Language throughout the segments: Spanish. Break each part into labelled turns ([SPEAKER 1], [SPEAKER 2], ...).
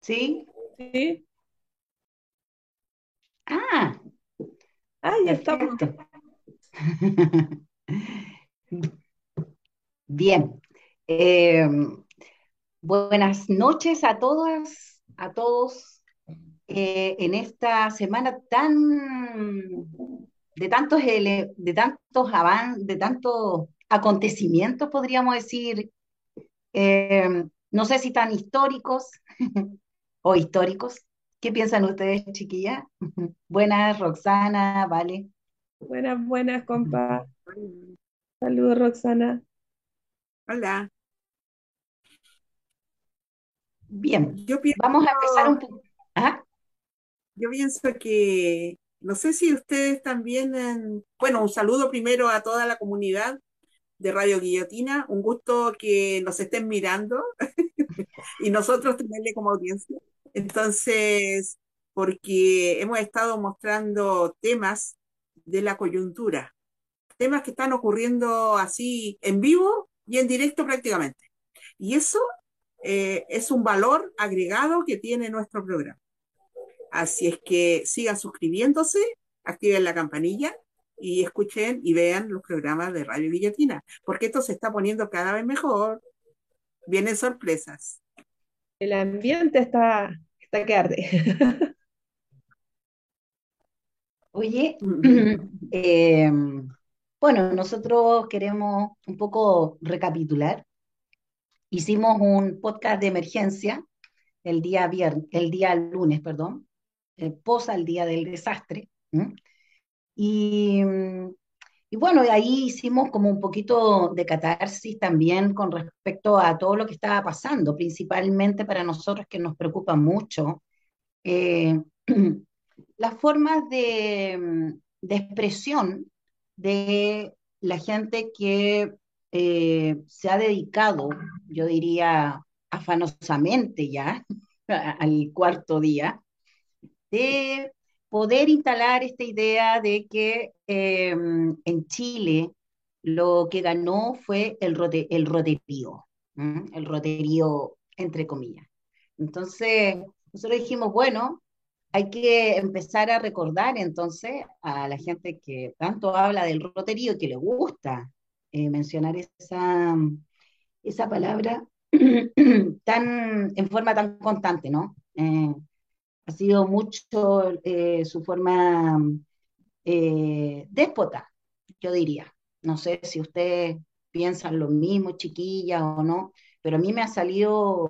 [SPEAKER 1] ¿Sí?
[SPEAKER 2] Sí.
[SPEAKER 1] Ah,
[SPEAKER 2] Ya estamos.
[SPEAKER 1] perfecto. Bien. Eh, Buenas noches a todas, a todos, en esta semana de tantos acontecimientos, podríamos decir, no sé si tan históricos o históricos. ¿Qué piensan ustedes, chiquillas? Buenas, Roxana, vale.
[SPEAKER 2] Buenas, buenas, compa. Saludos, Roxana.
[SPEAKER 3] Hola,
[SPEAKER 1] Bien,
[SPEAKER 3] yo pienso,
[SPEAKER 1] vamos a empezar un poco. ¿Ah?
[SPEAKER 3] yo pienso que, no sé si ustedes también, bueno, un saludo primero a toda la comunidad de Radio Guillotina, un gusto que nos estén mirando y nosotros tenerle como audiencia. Entonces, porque hemos estado mostrando temas de la coyuntura, temas que están ocurriendo así en vivo y en directo prácticamente. Y eso es un valor agregado que tiene nuestro programa. Así es que sigan suscribiéndose, activen la campanilla y escuchen y vean los programas de Radio Guillotina, porque esto se está poniendo cada vez mejor. Vienen sorpresas.
[SPEAKER 2] El ambiente está que arde.
[SPEAKER 1] Oye, eh, bueno, nosotros queremos un poco recapitular. Hicimos un podcast de emergencia el día lunes, perdón, posa el día del desastre. ¿M? Y, y bueno, ahí hicimos como un poquito de catarsis también con respecto a todo lo que estaba pasando, principalmente para nosotros que nos preocupa mucho eh, las formas de expresión de la gente que se ha dedicado, yo diría, afanosamente ya al cuarto día, de poder instalar esta idea de que en Chile lo que ganó fue el roterío, el roterío entre comillas. Entonces, nosotros dijimos, bueno, hay que empezar a recordar entonces a la gente que tanto habla del roterío y que le gusta mencionar esa palabra en forma tan constante, ¿no? Ha sido mucho su forma déspota, yo diría. No sé si ustedes piensan lo mismo, chiquillas, o no, pero a mí me ha salido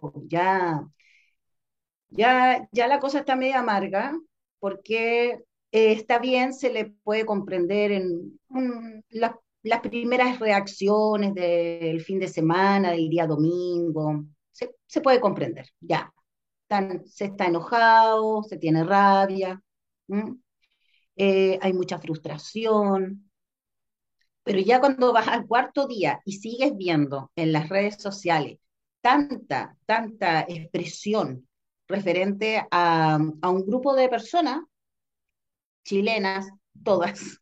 [SPEAKER 1] ya la cosa está media amarga, porque está bien, se le puede comprender en las primeras reacciones del fin de semana, del día domingo, se puede comprender, ya. Se está enojado, se tiene rabia, ¿m? Hay mucha frustración, pero ya cuando vas al cuarto día y sigues viendo en las redes sociales tanta expresión referente a un grupo de personas chilenas, todas,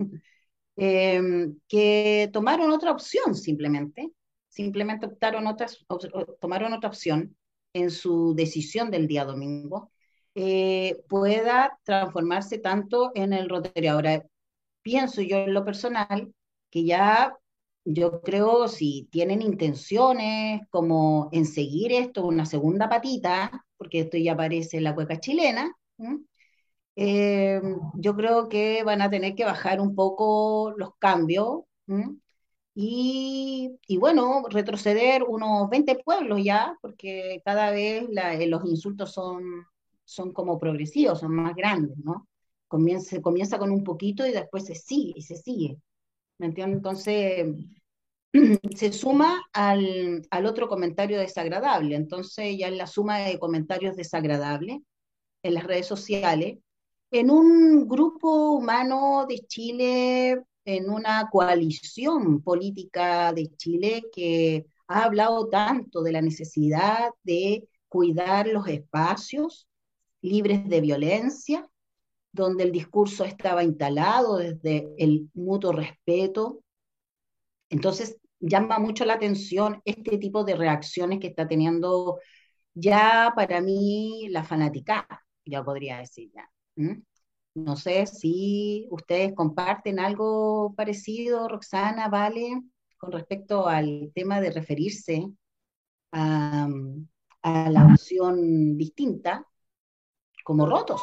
[SPEAKER 1] que tomaron otra opción simplemente tomaron otra opción en su decisión del día domingo, pueda transformarse tanto en el Rotary. Ahora, pienso yo en lo personal que ya yo creo si tienen intenciones como en seguir esto, una segunda patita, porque esto ya parece la cueca chilena. ¿M? eh, yo creo que van a tener que bajar un poco los cambios. ¿M? Y bueno, retroceder unos 20 pueblos ya, porque cada vez los insultos son como progresivos, son más grandes, ¿no? Comienza con un poquito y después se sigue y se sigue. ¿Me entiendes? Entonces, se suma al otro comentario desagradable. Entonces, ya en la suma de comentarios desagradables en las redes sociales, en un grupo humano de Chile, en una coalición política de Chile que ha hablado tanto de la necesidad de cuidar los espacios libres de violencia, donde el discurso estaba instalado desde el mutuo respeto. Entonces, llama mucho la atención este tipo de reacciones que está teniendo ya para mí la fanaticada, ya podría decir ya. ¿Mm? No sé si ustedes comparten algo parecido, Roxana, Vale, con respecto al tema de referirse a, a la opción distinta como rotos.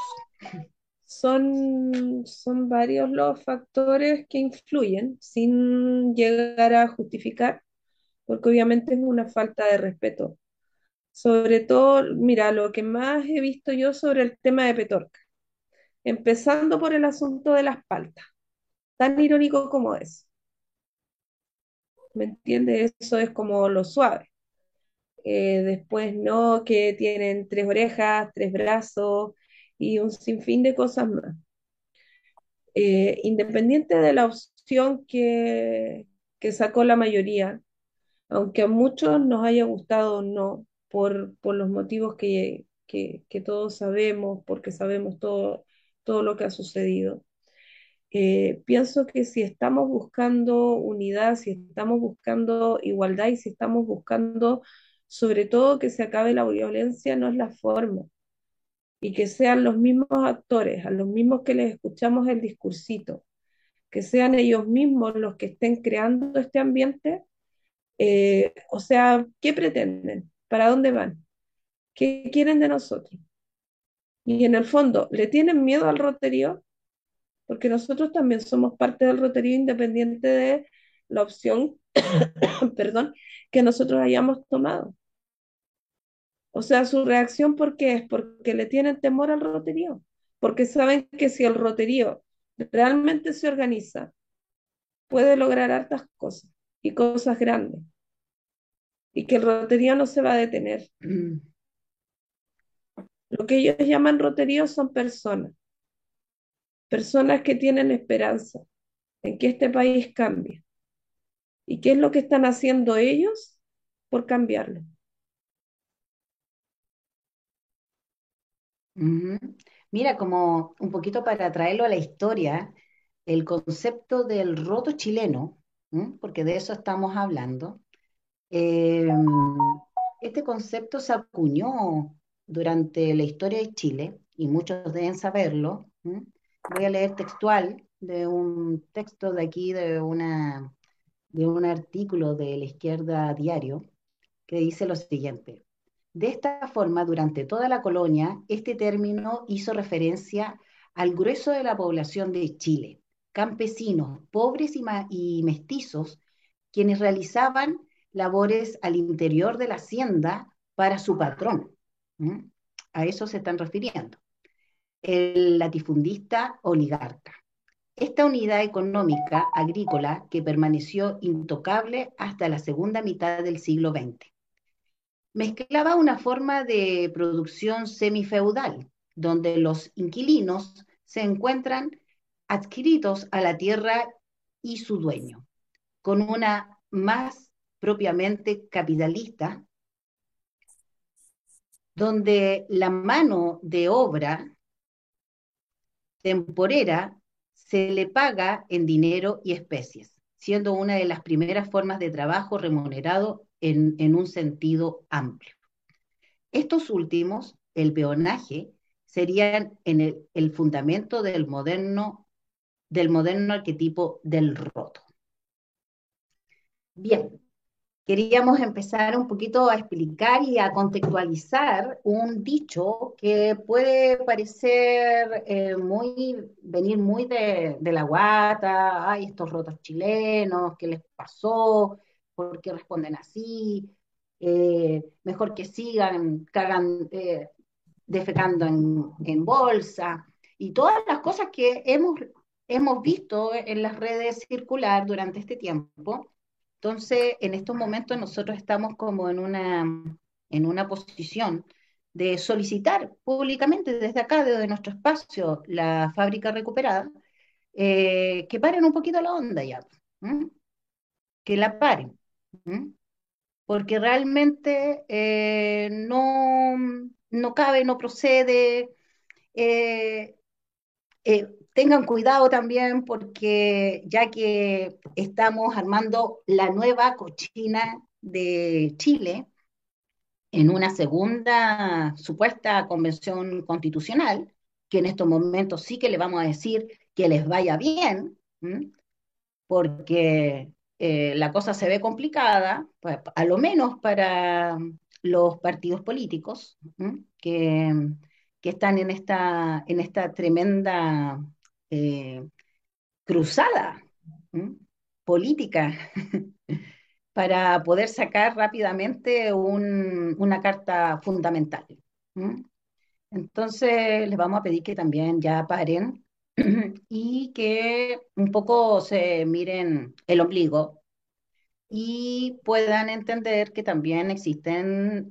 [SPEAKER 2] Son varios los factores que influyen sin llegar a justificar, porque obviamente es una falta de respeto. Sobre todo, mira, lo que más he visto yo sobre el tema de Petorca, empezando por el asunto de las paltas, tan irónico como es, ¿me entiendes? Eso es como lo suave. Después no, que tienen tres orejas, tres brazos y un sinfín de cosas más. Independiente de la opción que sacó la mayoría, aunque a muchos nos haya gustado o no, por los motivos que todos sabemos, porque sabemos todo lo que ha sucedido. Pienso que si estamos buscando unidad, si estamos buscando igualdad y si estamos buscando sobre todo que se acabe la violencia, no es la forma. Y que sean los mismos actores, a los mismos que les escuchamos el discursito, que sean ellos mismos los que estén creando este ambiente. O sea, ¿qué pretenden? ¿Para dónde van? ¿Qué quieren de nosotros? Y en el fondo, ¿le tienen miedo al roterío? Porque nosotros también somos parte del roterío independiente de la opción, perdón, que nosotros hayamos tomado. O sea, su reacción, ¿por qué es? Porque le tienen temor al roterío, porque saben que si el roterío realmente se organiza, puede lograr hartas cosas y cosas grandes, y que el roterío no se va a detener. Lo que ellos llaman roterío son personas, personas que tienen esperanza en que este país cambie. ¿Y qué es lo que están haciendo ellos por cambiarlo?
[SPEAKER 1] Ujú. Mira, como un poquito para traerlo a la historia, el concepto del roto chileno, ¿m? Porque de eso estamos hablando, eh, este concepto se acuñó durante la historia de Chile, y muchos deben saberlo. ¿M? Voy a leer textual de un texto de aquí, de un artículo de la Izquierda Diario, que dice lo siguiente. De esta forma, durante toda la colonia, este término hizo referencia al grueso de la población de Chile, campesinos, pobres y mestizos, quienes realizaban labores al interior de la hacienda para su patrón. ¿Mm? A eso se están refiriendo. El latifundista oligarca. Esta unidad económica agrícola que permaneció intocable hasta la segunda mitad del siglo XX mezclaba una forma de producción semifeudal, donde los inquilinos se encuentran adscritos a la tierra y su dueño, con una más propiamente capitalista, donde la mano de obra temporera se le paga en dinero y especies, siendo una de las primeras formas de trabajo remunerado en un sentido amplio. Estos últimos, el peonaje, serían en el fundamento del moderno arquetipo del roto. Bien, queríamos empezar un poquito a explicar y a contextualizar un dicho que puede parecer venir muy de la guata, ay, estos rotos chilenos, ¿qué les pasó? ¿Por qué responden así? Mejor que sigan, cagan, defecando en bolsa, y todas las cosas que hemos visto en las redes circular durante este tiempo. Entonces, en estos momentos nosotros estamos como en una posición de solicitar públicamente desde acá, desde nuestro espacio, la fábrica recuperada, que paren un poquito la onda ya, ¿m? Que la paren, ¿m? Porque realmente no cabe, no procede. eh, Tengan cuidado también porque ya que estamos armando la nueva cochina de Chile, en una segunda supuesta convención constitucional, que en estos momentos sí que le vamos a decir que les vaya bien, ¿m? Porque la cosa se ve complicada, pues, a lo menos para los partidos políticos, ¿m? Que están en esta tremenda eh, cruzada, ¿m? Política para poder sacar rápidamente una carta fundamental. ¿M? Entonces, les vamos a pedir que también ya paren y que un poco se miren el ombligo y puedan entender que también existen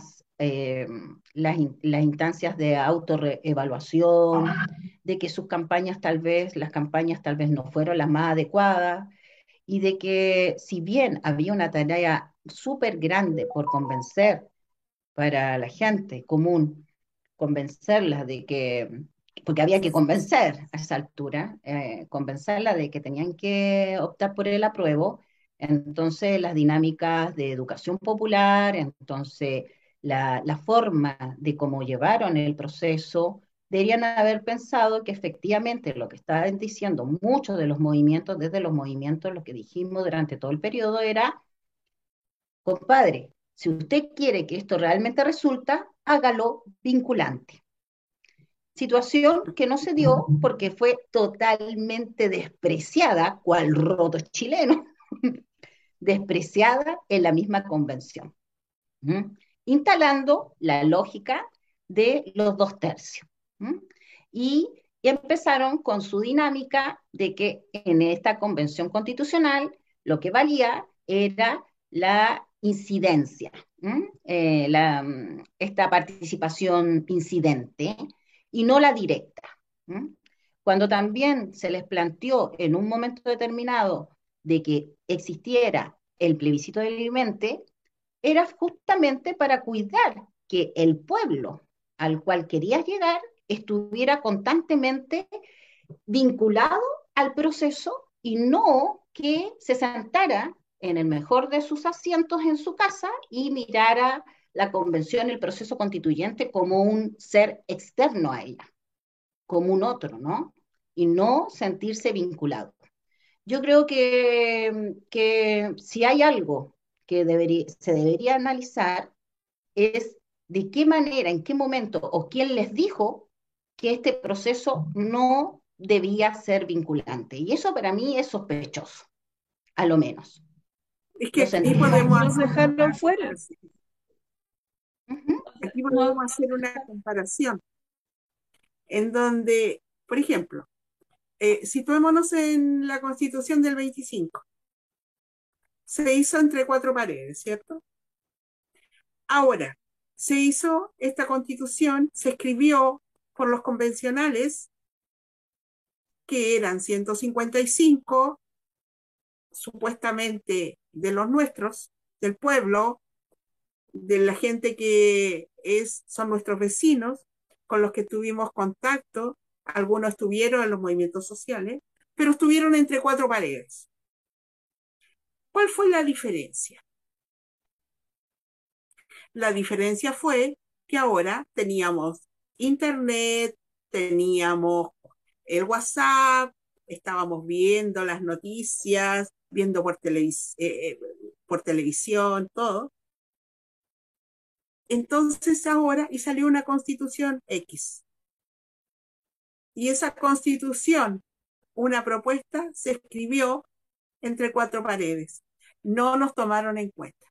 [SPEAKER 1] las instancias de autorreevaluación, de que sus campañas tal vez, las campañas tal vez no fueron las más adecuadas, y de que si bien había una tarea súper grande por convencer para la gente común, convencerla de que, porque había que convencer a esa altura, convencerla de que tenían que optar por el apruebo, entonces las dinámicas de educación popular, entonces la forma de cómo llevaron el proceso, deberían haber pensado que efectivamente lo que estaban diciendo muchos de los movimientos, desde los movimientos, lo que dijimos durante todo el periodo era, compadre, si usted quiere que esto realmente resulta, hágalo vinculante. Situación que no se dio porque fue totalmente despreciada, cual roto chileno, despreciada en la misma convención, ¿m? Instalando la lógica de los dos tercios. ¿M? Y empezaron con su dinámica de que en esta convención constitucional lo que valía era la incidencia, esta participación incidente y no la directa. ¿M? Cuando también se les planteó en un momento determinado de que existiera el plebiscito del alimente, era justamente para cuidar que el pueblo al cual querías llegar estuviera constantemente vinculado al proceso y no que se sentara en el mejor de sus asientos en su casa y mirara la convención, el proceso constituyente como un ser externo a ella, como un otro, ¿no? Y no sentirse vinculado. Yo creo que si hay algo que se debería analizar es de qué manera, en qué momento o quién les dijo que este proceso no debía ser vinculante. Y eso para mí es sospechoso, a lo menos.
[SPEAKER 3] Es que
[SPEAKER 1] Lo
[SPEAKER 3] aquí
[SPEAKER 1] sentí como...
[SPEAKER 3] podemos
[SPEAKER 2] Nos
[SPEAKER 3] hacer una
[SPEAKER 2] dejaron fuera.
[SPEAKER 3] comparación.
[SPEAKER 1] Ujú,
[SPEAKER 3] Aquí
[SPEAKER 2] No,
[SPEAKER 3] podemos hacer una comparación en donde, por ejemplo, situémonos en la Constitución del 25. Se hizo entre cuatro paredes, ¿cierto? Ahora, se hizo esta Constitución, se escribió por los convencionales, que eran 155, supuestamente de los nuestros, del pueblo, de la gente que son nuestros vecinos, con los que tuvimos contacto. Algunos estuvieron en los movimientos sociales, pero estuvieron entre cuatro paredes. ¿Cuál fue la diferencia? La diferencia fue que ahora teníamos internet, teníamos el WhatsApp, estábamos viendo las noticias, viendo por televisión, todo. Entonces ahora, y salió una constitución X. Y esa constitución, una propuesta, se escribió entre cuatro paredes. No nos tomaron en cuenta.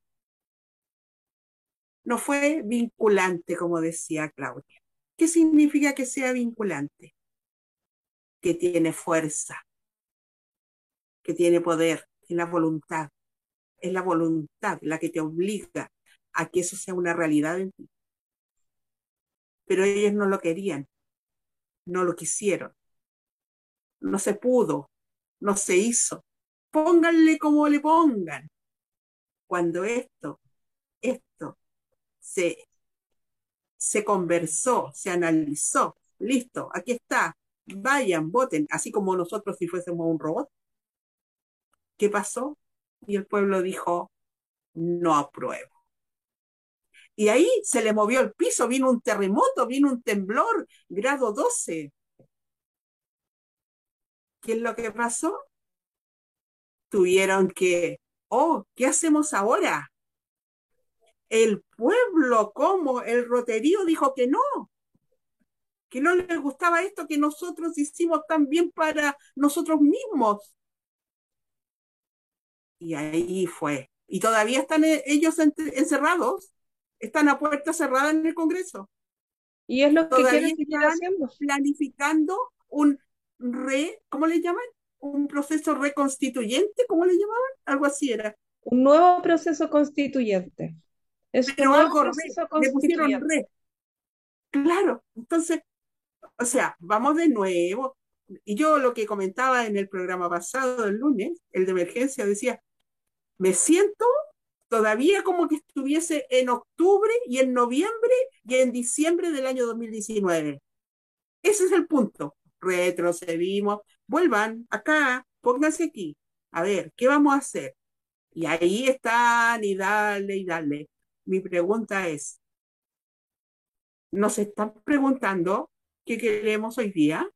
[SPEAKER 3] No fue vinculante, como decía Claudia. ¿Qué significa que sea vinculante? Que tiene fuerza, que tiene poder, que la voluntad. Es la voluntad la que te obliga a que eso sea una realidad en ti. Pero ellos no lo querían, no lo quisieron, no se pudo, no se hizo. Pónganle como le pongan. Cuando esto se, se conversó, se analizó, listo, aquí está, vayan, voten, así como nosotros si fuésemos un robot. ¿Qué pasó? Y el pueblo dijo, no apruebo. Y ahí se le movió el piso, vino un terremoto, vino un temblor, grado 12. ¿Qué es lo que pasó? Tuvieron que, oh, ¿qué hacemos ahora? El pueblo, como el roterío, dijo que no les gustaba esto que nosotros hicimos tan bien para nosotros mismos. Y ahí fue. Y todavía están ellos encerrados, están a puerta cerrada en el Congreso.
[SPEAKER 2] Y es lo que quieren
[SPEAKER 3] Todavía
[SPEAKER 2] seguir
[SPEAKER 3] están
[SPEAKER 2] haciendo.
[SPEAKER 3] planificando un ¿cómo le llaman? Un proceso reconstituyente, ¿cómo le llamaban? Algo así era.
[SPEAKER 2] Un nuevo proceso constituyente. Es un
[SPEAKER 3] Pero
[SPEAKER 2] nuevo
[SPEAKER 3] algo
[SPEAKER 2] proceso
[SPEAKER 3] le pusieron
[SPEAKER 2] constituyente.
[SPEAKER 3] Claro. Entonces, o sea, vamos de nuevo. Y yo lo que comentaba en el programa pasado, el lunes, el de emergencia, decía, me siento todavía como que estuviese en octubre y en noviembre y en diciembre del año 2019. Ese es el punto. Retrocedimos, vuelvan acá, pónganse aquí. A ver, ¿qué vamos a hacer? Y ahí están y dale y dale. Mi pregunta es, ¿nos están preguntando qué queremos hoy día?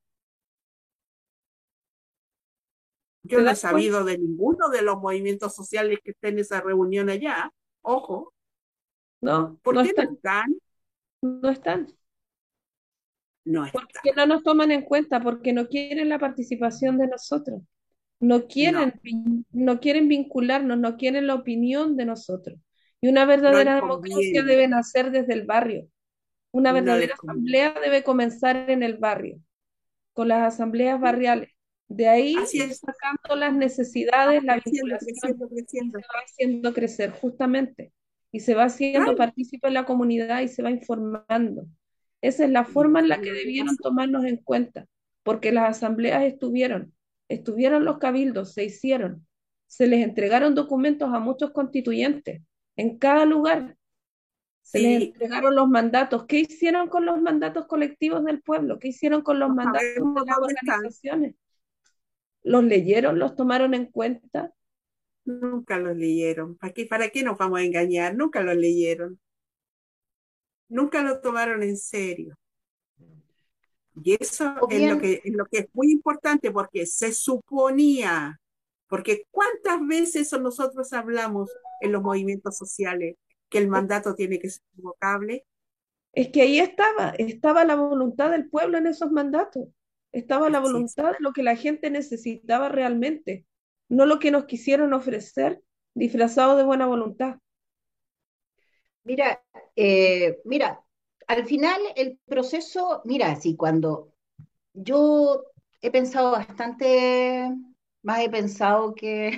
[SPEAKER 3] Yo
[SPEAKER 2] ¿Te
[SPEAKER 3] no he
[SPEAKER 2] das cuenta?
[SPEAKER 3] sabido de ninguno de los movimientos sociales que estén en esa reunión allá. Ojo,
[SPEAKER 2] No,
[SPEAKER 3] ¿por
[SPEAKER 2] no
[SPEAKER 3] qué no
[SPEAKER 2] están,
[SPEAKER 3] están?
[SPEAKER 2] no están.
[SPEAKER 3] No
[SPEAKER 2] Porque
[SPEAKER 3] están.
[SPEAKER 2] no nos toman en cuenta, porque no quieren la participación de nosotros. No
[SPEAKER 3] No,
[SPEAKER 2] quieren, no quieren vincularnos, no quieren la opinión de nosotros. Y una
[SPEAKER 3] no les
[SPEAKER 2] verdadera democracia
[SPEAKER 3] conviene,
[SPEAKER 2] debe nacer desde el barrio. Una
[SPEAKER 3] no les
[SPEAKER 2] verdadera
[SPEAKER 3] conviene.
[SPEAKER 2] asamblea debe comenzar en el barrio, con las asambleas barriales. De ahí
[SPEAKER 3] Así
[SPEAKER 2] ir
[SPEAKER 3] es,
[SPEAKER 2] sacando las
[SPEAKER 3] vamos
[SPEAKER 2] necesidades, la
[SPEAKER 3] creciendo,
[SPEAKER 2] vinculación
[SPEAKER 3] creciendo,
[SPEAKER 2] y se
[SPEAKER 3] creciendo.
[SPEAKER 2] va haciendo crecer justamente. Y se va haciendo
[SPEAKER 3] Claro,
[SPEAKER 2] partícipe en la comunidad y se va informando. Esa es la
[SPEAKER 3] y
[SPEAKER 2] forma en
[SPEAKER 3] eso
[SPEAKER 2] la
[SPEAKER 3] es
[SPEAKER 2] que
[SPEAKER 3] lo que
[SPEAKER 2] debieron
[SPEAKER 3] pasa.
[SPEAKER 2] tomarnos en cuenta, porque las asambleas estuvieron los cabildos, se hicieron, se les entregaron documentos a muchos constituyentes en cada lugar, se les
[SPEAKER 3] Sí,
[SPEAKER 2] entregaron los mandatos. ¿Qué hicieron con los mandatos colectivos del pueblo? ¿Qué hicieron con los
[SPEAKER 3] no
[SPEAKER 2] mandatos de
[SPEAKER 3] sabemos
[SPEAKER 2] las
[SPEAKER 3] dónde están.
[SPEAKER 2] organizaciones? ¿Los leyeron? ¿Los tomaron en cuenta?
[SPEAKER 3] Nunca los leyeron. Para qué nos vamos a engañar? Nunca los leyeron. Nunca lo tomaron en serio. Y eso
[SPEAKER 1] O bien,
[SPEAKER 3] es lo que es muy importante porque se suponía, porque ¿cuántas veces nosotros hablamos en los movimientos sociales que el mandato tiene que ser revocable?
[SPEAKER 2] Es que ahí estaba la voluntad del pueblo en esos mandatos, estaba la
[SPEAKER 3] Así es.
[SPEAKER 2] voluntad de lo que la gente necesitaba realmente, no lo que nos quisieron ofrecer disfrazado de buena voluntad.
[SPEAKER 1] mira, mira, al final el proceso, mira, sí, cuando yo he pensado bastante, más he pensado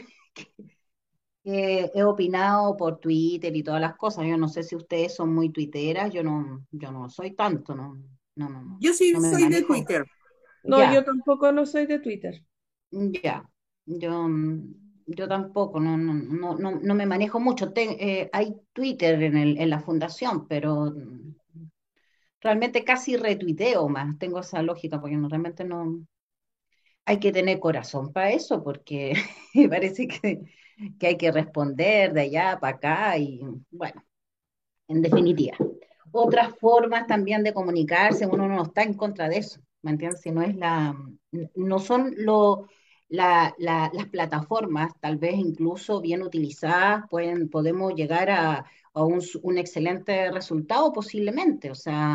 [SPEAKER 1] que he opinado por Twitter y todas las cosas. Yo no sé si ustedes son muy tuiteras, yo no soy tanto,
[SPEAKER 3] Yo sí
[SPEAKER 1] no me
[SPEAKER 3] soy de
[SPEAKER 1] manejo.
[SPEAKER 3] Twitter.
[SPEAKER 2] No, yo
[SPEAKER 1] Ya,
[SPEAKER 2] tampoco no soy de Twitter.
[SPEAKER 1] ya, yo, yo tampoco, no me manejo mucho. Hay Twitter en la fundación, pero realmente casi retuiteo más, tengo esa lógica, porque realmente no hay que tener corazón para eso, porque me parece que hay que responder de allá para acá y bueno, en definitiva. Otras formas también de comunicarse, uno no está en contra de eso, ¿me entiendes? Si no es no son las plataformas, tal vez incluso bien utilizadas, podemos llegar a un excelente resultado posiblemente, o sea,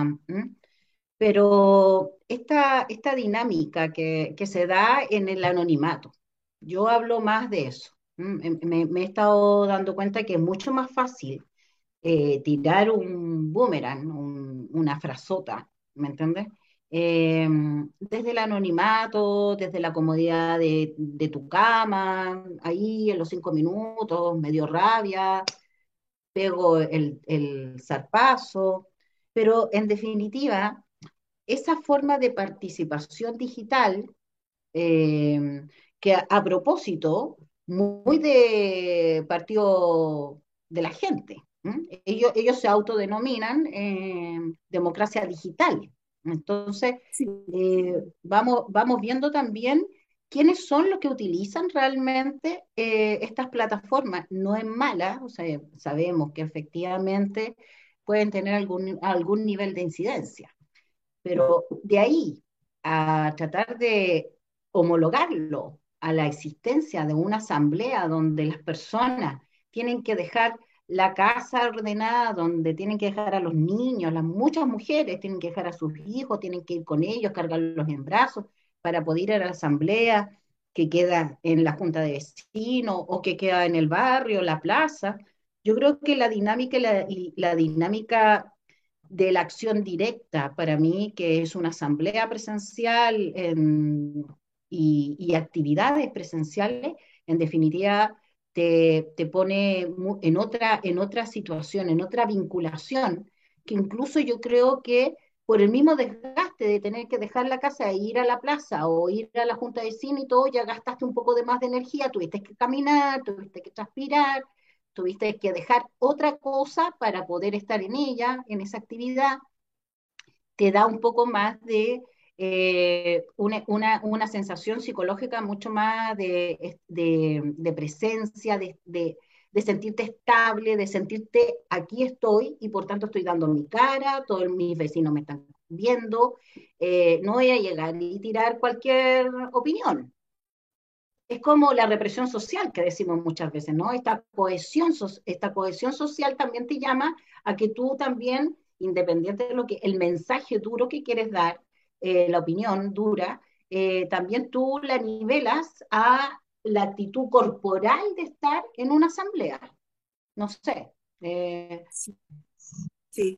[SPEAKER 1] pero esta dinámica que se da en el anonimato, yo hablo más de eso. Me he estado dando cuenta que es mucho más fácil tirar un boomerang, una frazota, ¿me entiendes? Desde el anonimato, desde la comodidad de tu cama, ahí en los 5 minutos, me dio rabia, pego el zarpazo, pero en definitiva, esa forma de participación digital, eh, que a propósito, muy de partido de la gente. Ellos se autodenominan democracia digital. Entonces,
[SPEAKER 3] Sí,
[SPEAKER 1] vamos viendo también quiénes son los que utilizan realmente estas plataformas. No es mala, o sea, sabemos que efectivamente pueden tener algún nivel de incidencia. Pero de ahí a tratar de homologarlo a la existencia de una asamblea donde las personas tienen que dejar la casa ordenada, donde tienen que dejar a los niños, muchas mujeres tienen que dejar a sus hijos, tienen que ir con ellos, cargarlos en brazos para poder ir a la asamblea que queda en la junta de vecinos o que queda en el barrio, la plaza. Yo creo que la dinámica y la dinámica de la acción directa para mí, que es una asamblea presencial y actividades presenciales, en definitiva, te pone en otra situación, en otra vinculación, que incluso yo creo que por el mismo desgaste de tener que dejar la casa e ir a la plaza o ir a la junta de cine y todo, ya gastaste un poco de más de energía, tuviste que caminar, tuviste que transpirar, tuviste que dejar otra cosa para poder estar en ella, en esa actividad, te da un poco más de una sensación psicológica mucho más de presencia, de sentirte estable, de sentirte aquí estoy y por tanto estoy dando mi cara, todos mis vecinos me están viendo, no voy a llegar y tirar cualquier opinión. Es como la represión social que decimos muchas veces, ¿no? Esta cohesión social también te llama a que tú también, independiente de lo que el mensaje duro que quieres dar, la opinión dura, también tú la nivelas a la actitud corporal de estar en una asamblea. No sé.
[SPEAKER 3] Sí, sí.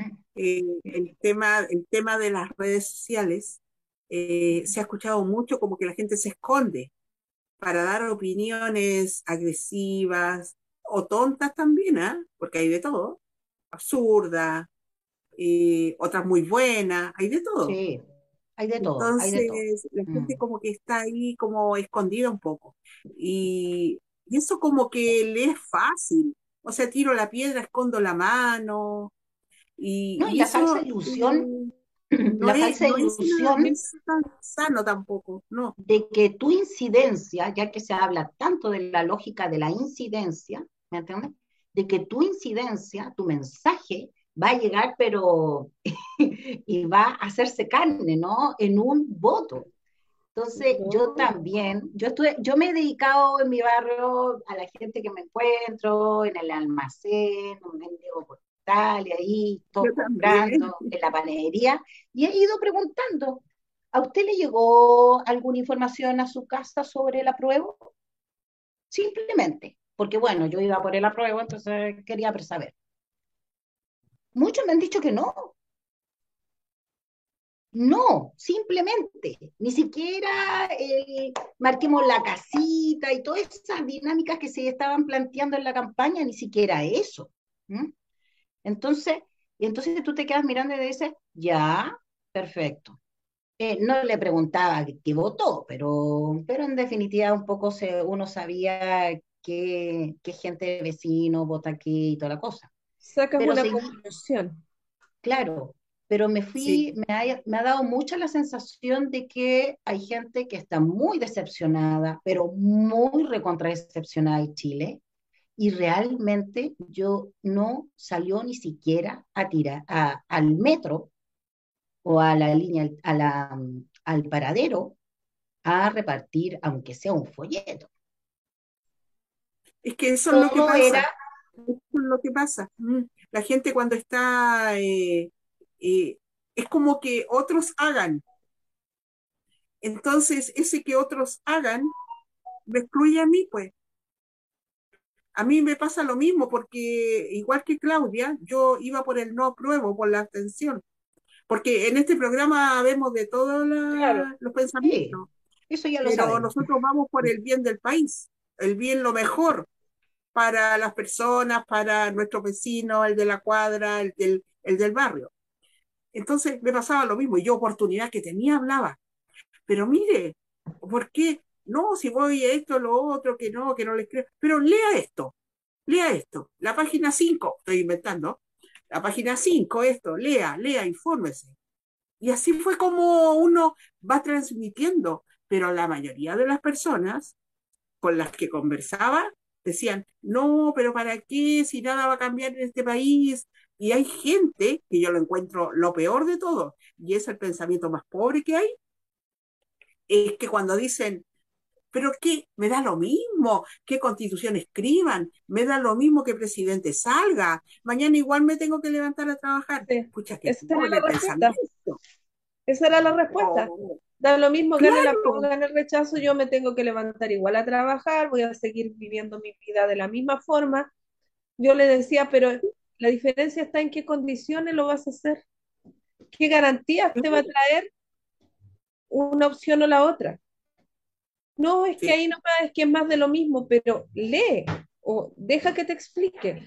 [SPEAKER 3] El tema de las redes sociales se ha escuchado mucho como que la gente se esconde para dar opiniones agresivas o tontas también, ¿ah? Porque hay de todo, absurdas, otras muy buenas, hay de todo.
[SPEAKER 1] Sí, hay de todo, hay de todo.
[SPEAKER 3] Entonces, la
[SPEAKER 1] Mm.
[SPEAKER 3] gente como que está ahí como escondida un poco. Y eso como que le es fácil. O sea, tiro la piedra, escondo la mano.
[SPEAKER 1] No, y
[SPEAKER 3] Y
[SPEAKER 1] la falsa
[SPEAKER 3] eso
[SPEAKER 1] ilusión,
[SPEAKER 3] no
[SPEAKER 1] la
[SPEAKER 3] es,
[SPEAKER 1] falsa
[SPEAKER 3] no
[SPEAKER 1] ilusión
[SPEAKER 3] es tan sano tampoco, no.
[SPEAKER 1] de que tu incidencia, ya que se habla tanto de la lógica de la incidencia, ¿me entiendes? De que tu incidencia, tu mensaje, va a llegar, pero y va a hacerse carne, ¿no? En un voto. Entonces, yo
[SPEAKER 2] No,
[SPEAKER 1] también, yo me he dedicado en mi barrio a la gente que me encuentro, en el almacén, un mendigo postal, y ahí, todos
[SPEAKER 3] Yo también.
[SPEAKER 1] comprando, en la panadería, y he ido preguntando, ¿a usted le llegó alguna información a su casa sobre el apruebo? Simplemente, porque bueno, yo iba por el apruebo, entonces quería saber. Muchos me han dicho que no, no, simplemente, ni siquiera marquemos la casita y todas esas dinámicas que se estaban planteando en la campaña, ni siquiera eso. ¿M? Entonces, y entonces tú te quedas mirando y dices, ya, perfecto. No le preguntaba qué votó, pero en definitiva un poco uno sabía qué gente de vecino vota aquí y toda la cosa.
[SPEAKER 2] sacas
[SPEAKER 1] Pero
[SPEAKER 2] una
[SPEAKER 1] seguí,
[SPEAKER 2] conclusión.
[SPEAKER 1] claro, pero
[SPEAKER 3] Sí.
[SPEAKER 1] me ha dado mucha la sensación de que hay gente que está muy decepcionada, pero muy recontra decepcionada de Chile, y realmente yo no salió ni siquiera a tirar al metro o a la línea, al paradero, a repartir, aunque sea un folleto.
[SPEAKER 3] Es que eso es lo que
[SPEAKER 1] Todo era,
[SPEAKER 3] pasa. Eso es lo que pasa. La gente cuando está, eh, es como que otros hagan. Entonces, ese que otros hagan me excluye a mí, pues. A mí me pasa lo mismo porque, igual que Claudia, yo iba por el no apruebo, por la abstención. Porque en este programa vemos de todos
[SPEAKER 2] Claro.
[SPEAKER 3] los
[SPEAKER 1] sí,
[SPEAKER 3] pensamientos,
[SPEAKER 1] eso ya lo
[SPEAKER 3] pero
[SPEAKER 1] sabemos.
[SPEAKER 3] nosotros vamos por el bien del país, el bien lo mejor para las personas, para nuestro vecino, el de la cuadra, el del barrio. Entonces me pasaba lo mismo y yo oportunidad que tenía hablaba. Pero mire, ¿por qué? No, si voy a esto, lo otro, que no les creo. Pero lea esto. La página 5 estoy inventando. La página 5 esto, lea, infórmese. Y así fue como uno va transmitiendo. Pero la mayoría de las personas con las que conversaba decían, no, pero ¿para qué? Si nada va a cambiar en este país, Y hay gente que yo lo encuentro lo peor de todo, y es el pensamiento más pobre que hay, es que cuando dicen, pero qué, me da lo mismo qué constitución escriban, me da lo mismo que presidente salga, mañana igual me tengo que levantar a trabajar.
[SPEAKER 2] Sí.
[SPEAKER 3] Pucha, qué
[SPEAKER 2] Esa era
[SPEAKER 3] pobre
[SPEAKER 2] la respuesta.
[SPEAKER 3] pensamiento.
[SPEAKER 2] Esa era la respuesta.
[SPEAKER 3] Oh,
[SPEAKER 2] Da lo mismo, gane la prueba,
[SPEAKER 3] claro,
[SPEAKER 2] gane el rechazo, yo me tengo que levantar igual a trabajar, voy a seguir viviendo mi vida de la misma forma. Yo le decía, pero la diferencia está en qué condiciones lo vas a hacer, qué garantías te va a traer una opción o la otra. No, es que
[SPEAKER 3] sí,
[SPEAKER 2] ahí no es que es más de lo mismo, pero lee o deja que te explique.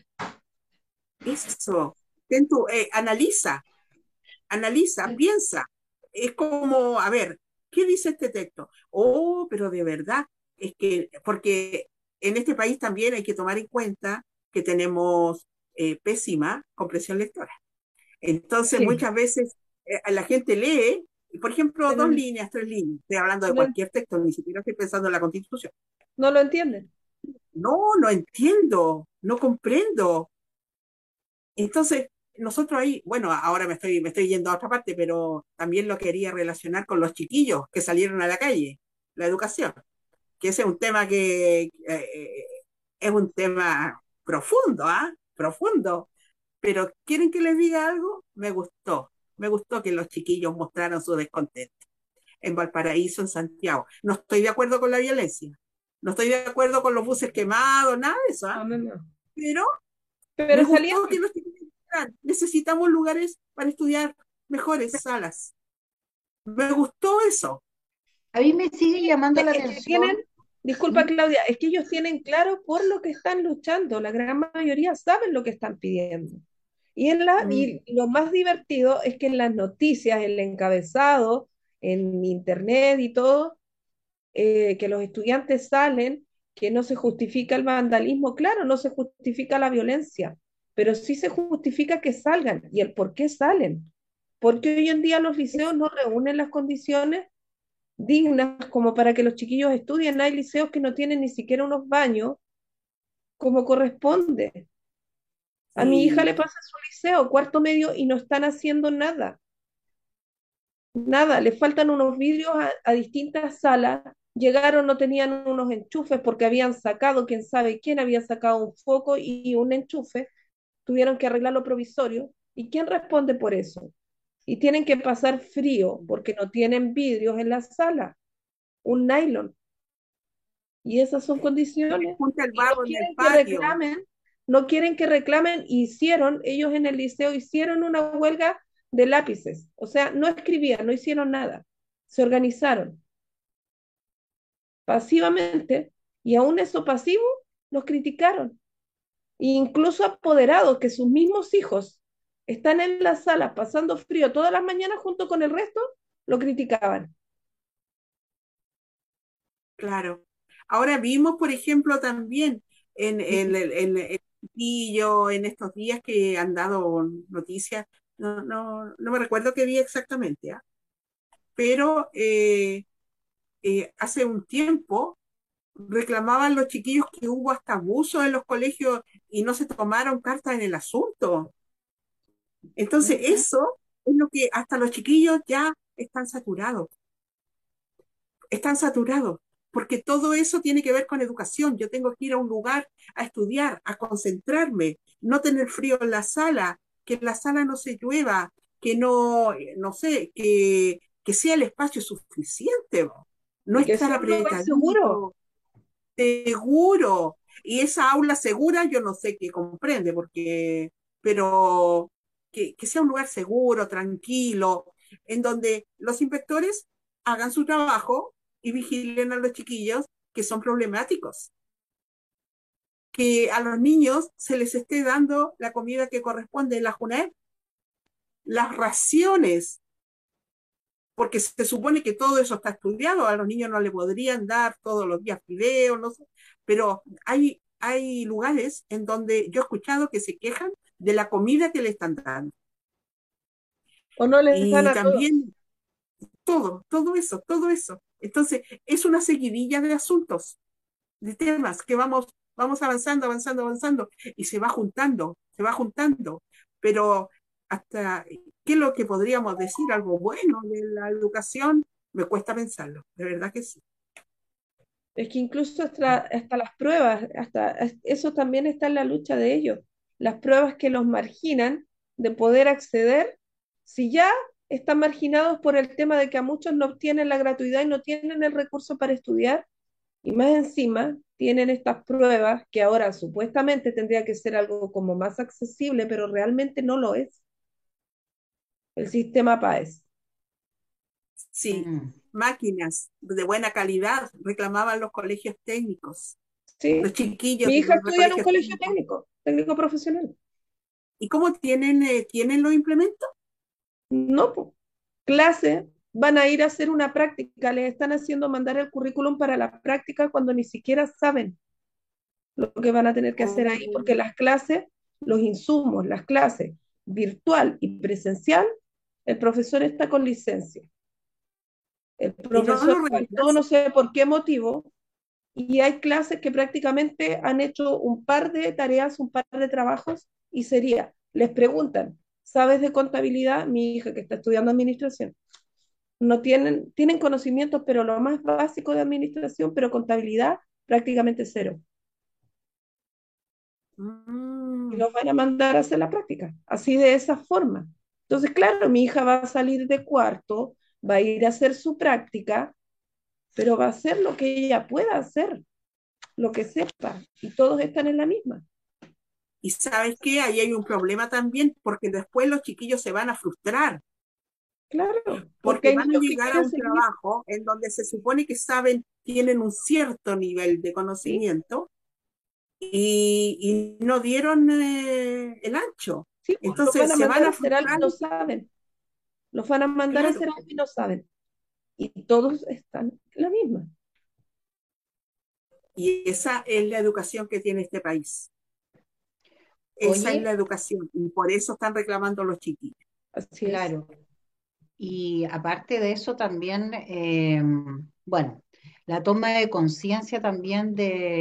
[SPEAKER 3] eso. Analiza, analiza, piensa. Es como, a ver, ¿qué dice este texto? Oh, pero de verdad, es que, porque en este país también hay que tomar en cuenta que tenemos pésima comprensión lectora. Entonces,
[SPEAKER 2] Sí,
[SPEAKER 3] muchas veces la gente lee, por ejemplo, dos
[SPEAKER 2] pero
[SPEAKER 3] líneas, tres líneas. Estoy hablando de
[SPEAKER 2] no,
[SPEAKER 3] cualquier texto, ni siquiera estoy pensando en la Constitución.
[SPEAKER 2] no lo entienden.
[SPEAKER 3] No, no entiendo, no comprendo. Entonces, nosotros ahí, bueno, ahora me estoy yendo a otra parte, pero también lo quería relacionar con los chiquillos que salieron a la calle, la educación, que ese es un tema que es un tema profundo, ¿ah? Profundo. Pero ¿quieren que les diga algo? Me gustó que los chiquillos mostraran su descontento en Valparaíso, en Santiago. No estoy de acuerdo con la violencia, no estoy de acuerdo con los buses quemados, nada de eso,
[SPEAKER 2] No,
[SPEAKER 3] ¿ah?
[SPEAKER 2] no, no.
[SPEAKER 3] Pero me
[SPEAKER 2] Pero
[SPEAKER 3] gustó que
[SPEAKER 2] salieron.
[SPEAKER 3] los chiquillos dijeran, necesitamos lugares para estudiar, mejores salas. Me gustó eso.
[SPEAKER 1] A mí me sigue llamando la
[SPEAKER 2] Es que tienen,
[SPEAKER 1] atención.
[SPEAKER 2] disculpa
[SPEAKER 1] ¿Mm?
[SPEAKER 2] Claudia, es que ellos tienen claro por lo que están luchando, la gran mayoría saben lo que están pidiendo.
[SPEAKER 3] Mm,
[SPEAKER 2] Y lo más divertido es que en las noticias, en el encabezado, en internet y todo, que los estudiantes salen, que no se justifica el vandalismo, claro, no se justifica la violencia, pero sí se justifica que salgan y el por qué salen. Porque hoy en día los liceos no reúnen las condiciones dignas como para que los chiquillos estudien. Hay liceos que no tienen ni siquiera unos baños como corresponde. A mi hija le
[SPEAKER 3] sí,
[SPEAKER 2] pasa en su liceo, cuarto medio, y no están haciendo nada. Nada, le faltan unos vidrios a distintas salas. Llegaron, no tenían unos enchufes porque habían sacado, quién sabe quién había sacado un foco y un enchufe. Tuvieron que arreglarlo provisorio. ¿Y quién responde por eso? Y tienen que pasar frío porque no tienen vidrios en la sala, un nylon. Y esas son
[SPEAKER 3] se les
[SPEAKER 2] condiciones.
[SPEAKER 3] junta el
[SPEAKER 2] Y no
[SPEAKER 3] barro en el
[SPEAKER 2] quieren que
[SPEAKER 3] patio.
[SPEAKER 2] reclamen, no quieren que reclamen, hicieron, ellos en el liceo hicieron una huelga de lápices. O sea, no escribían, no hicieron nada. Se organizaron pasivamente y aún eso pasivo los criticaron. E incluso apoderados que sus mismos hijos están en la sala pasando frío todas las mañanas junto con el resto, lo criticaban.
[SPEAKER 3] Claro. Ahora vimos, por ejemplo, también en el Chiquillo, en estos días que han dado noticias, no me recuerdo qué día exactamente, ¿ah? Pero hace un tiempo reclamaban los chiquillos que hubo hasta abuso en los colegios y no se tomaron cartas en el asunto. Entonces,
[SPEAKER 1] Ujú.
[SPEAKER 3] eso es lo que hasta los chiquillos ya están saturados, porque todo eso tiene que ver con educación. Yo tengo que ir a un lugar a estudiar, a concentrarme, no tener frío en la sala, que en la sala no se llueva, que no, no sé, que sea el espacio suficiente, ¿no? No
[SPEAKER 2] Y que
[SPEAKER 3] estar
[SPEAKER 2] sea un lugar seguro.
[SPEAKER 3] apretadito, seguro. Y esa aula segura yo no sé qué comprende, porque, pero que sea un lugar seguro, tranquilo, en donde los inspectores hagan su trabajo y vigilen a los chiquillos que son problemáticos, que a los niños se les esté dando la comida que corresponde en la JUNED, las raciones, porque se supone que todo eso está estudiado, a los niños no le podrían dar todos los días fideos, no sé, pero hay lugares en donde yo he escuchado que se quejan de la comida que le están dando.
[SPEAKER 2] O no les dan
[SPEAKER 3] Y
[SPEAKER 2] a todos.
[SPEAKER 3] también todo eso, todo eso. Entonces, es una seguidilla de asuntos, de temas que vamos avanzando, avanzando, avanzando, y se va juntando, pero hasta, ¿qué es lo que podríamos decir? Algo bueno de la educación, me cuesta pensarlo, de verdad que sí.
[SPEAKER 2] Es que incluso hasta las pruebas, eso también está en la lucha de ellos. Las pruebas que los marginan de poder acceder, si ya están marginados por el tema de que a muchos no obtienen la gratuidad y no tienen el recurso para estudiar, y más encima tienen estas pruebas que ahora supuestamente tendría que ser algo como más accesible, pero realmente no lo es. El sistema PAES.
[SPEAKER 3] Sí,
[SPEAKER 1] Mm.
[SPEAKER 3] máquinas de buena calidad reclamaban los colegios técnicos, los
[SPEAKER 2] ¿Sí?
[SPEAKER 3] chiquillos
[SPEAKER 2] Mi
[SPEAKER 3] de
[SPEAKER 2] hija
[SPEAKER 3] los
[SPEAKER 2] estudia en un
[SPEAKER 3] colegios
[SPEAKER 2] colegio
[SPEAKER 3] técnicos.
[SPEAKER 2] técnico, técnico profesional.
[SPEAKER 3] ¿Y cómo tienen los implementos?
[SPEAKER 2] No, po. Clase, van a ir a hacer una práctica, les están haciendo mandar el currículum para la práctica cuando ni siquiera saben lo que van a tener que hacer ahí,
[SPEAKER 3] Oh,
[SPEAKER 2] porque las clases, los insumos, las clases virtual y presencial, el profesor está con licencia. El
[SPEAKER 3] y no
[SPEAKER 2] profesor
[SPEAKER 3] lo
[SPEAKER 2] faltó, no
[SPEAKER 3] reemplazan.
[SPEAKER 2] sé por qué motivo, y hay clases que prácticamente han hecho un par de tareas, un par de trabajos, y sería, les preguntan, ¿sabes de contabilidad? Mi hija que está estudiando administración. No tienen conocimientos, pero lo más básico de administración, pero contabilidad prácticamente cero. Y
[SPEAKER 3] Mm.
[SPEAKER 2] los van a mandar a hacer la práctica, así de esa forma. Entonces, claro, mi hija va a salir de cuarto, va a ir a hacer su práctica, pero va a hacer lo que ella pueda hacer, lo que sepa, y todos están en la misma.
[SPEAKER 3] Y sabes qué, ahí hay un problema también, porque después los chiquillos se van a frustrar,
[SPEAKER 2] Claro, porque
[SPEAKER 3] porque
[SPEAKER 2] hay
[SPEAKER 3] van a
[SPEAKER 2] niños que
[SPEAKER 3] llegar a
[SPEAKER 2] quieren
[SPEAKER 3] un
[SPEAKER 2] seguir,
[SPEAKER 3] trabajo en donde se supone que saben, tienen un cierto nivel de
[SPEAKER 2] ¿sí?
[SPEAKER 3] conocimiento y no dieron el ancho.
[SPEAKER 2] Sí, pues los van
[SPEAKER 3] Entonces
[SPEAKER 2] a
[SPEAKER 3] se van
[SPEAKER 2] mandar a
[SPEAKER 3] a
[SPEAKER 2] hacer algo
[SPEAKER 3] frustrar,
[SPEAKER 2] y no saben, los van a mandar a
[SPEAKER 3] claro.
[SPEAKER 2] hacer algo y no saben, y todos están en la misma.
[SPEAKER 3] Y esa es la educación que tiene este país. Esa es
[SPEAKER 1] Oye,
[SPEAKER 3] la educación. Y por eso están reclamando los chiquillos.
[SPEAKER 2] Así es.
[SPEAKER 1] claro. Y aparte de eso también, bueno, la toma de conciencia también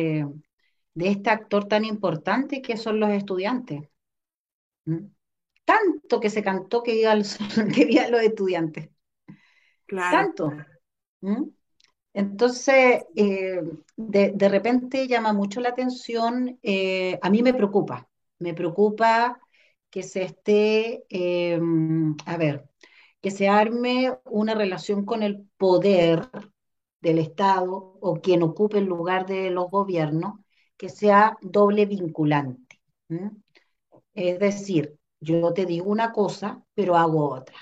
[SPEAKER 1] de este actor tan importante que son los estudiantes. ¿M? Tanto que se cantó que que vivan los estudiantes,
[SPEAKER 3] Claro.
[SPEAKER 1] tanto. ¿M? Entonces, de repente llama mucho la atención, a mí me preocupa que se esté, a ver, que se arme una relación con el poder del Estado o quien ocupe el lugar de los gobiernos, que sea doble vinculante. ¿M? Es decir, yo te digo una cosa, pero hago otra.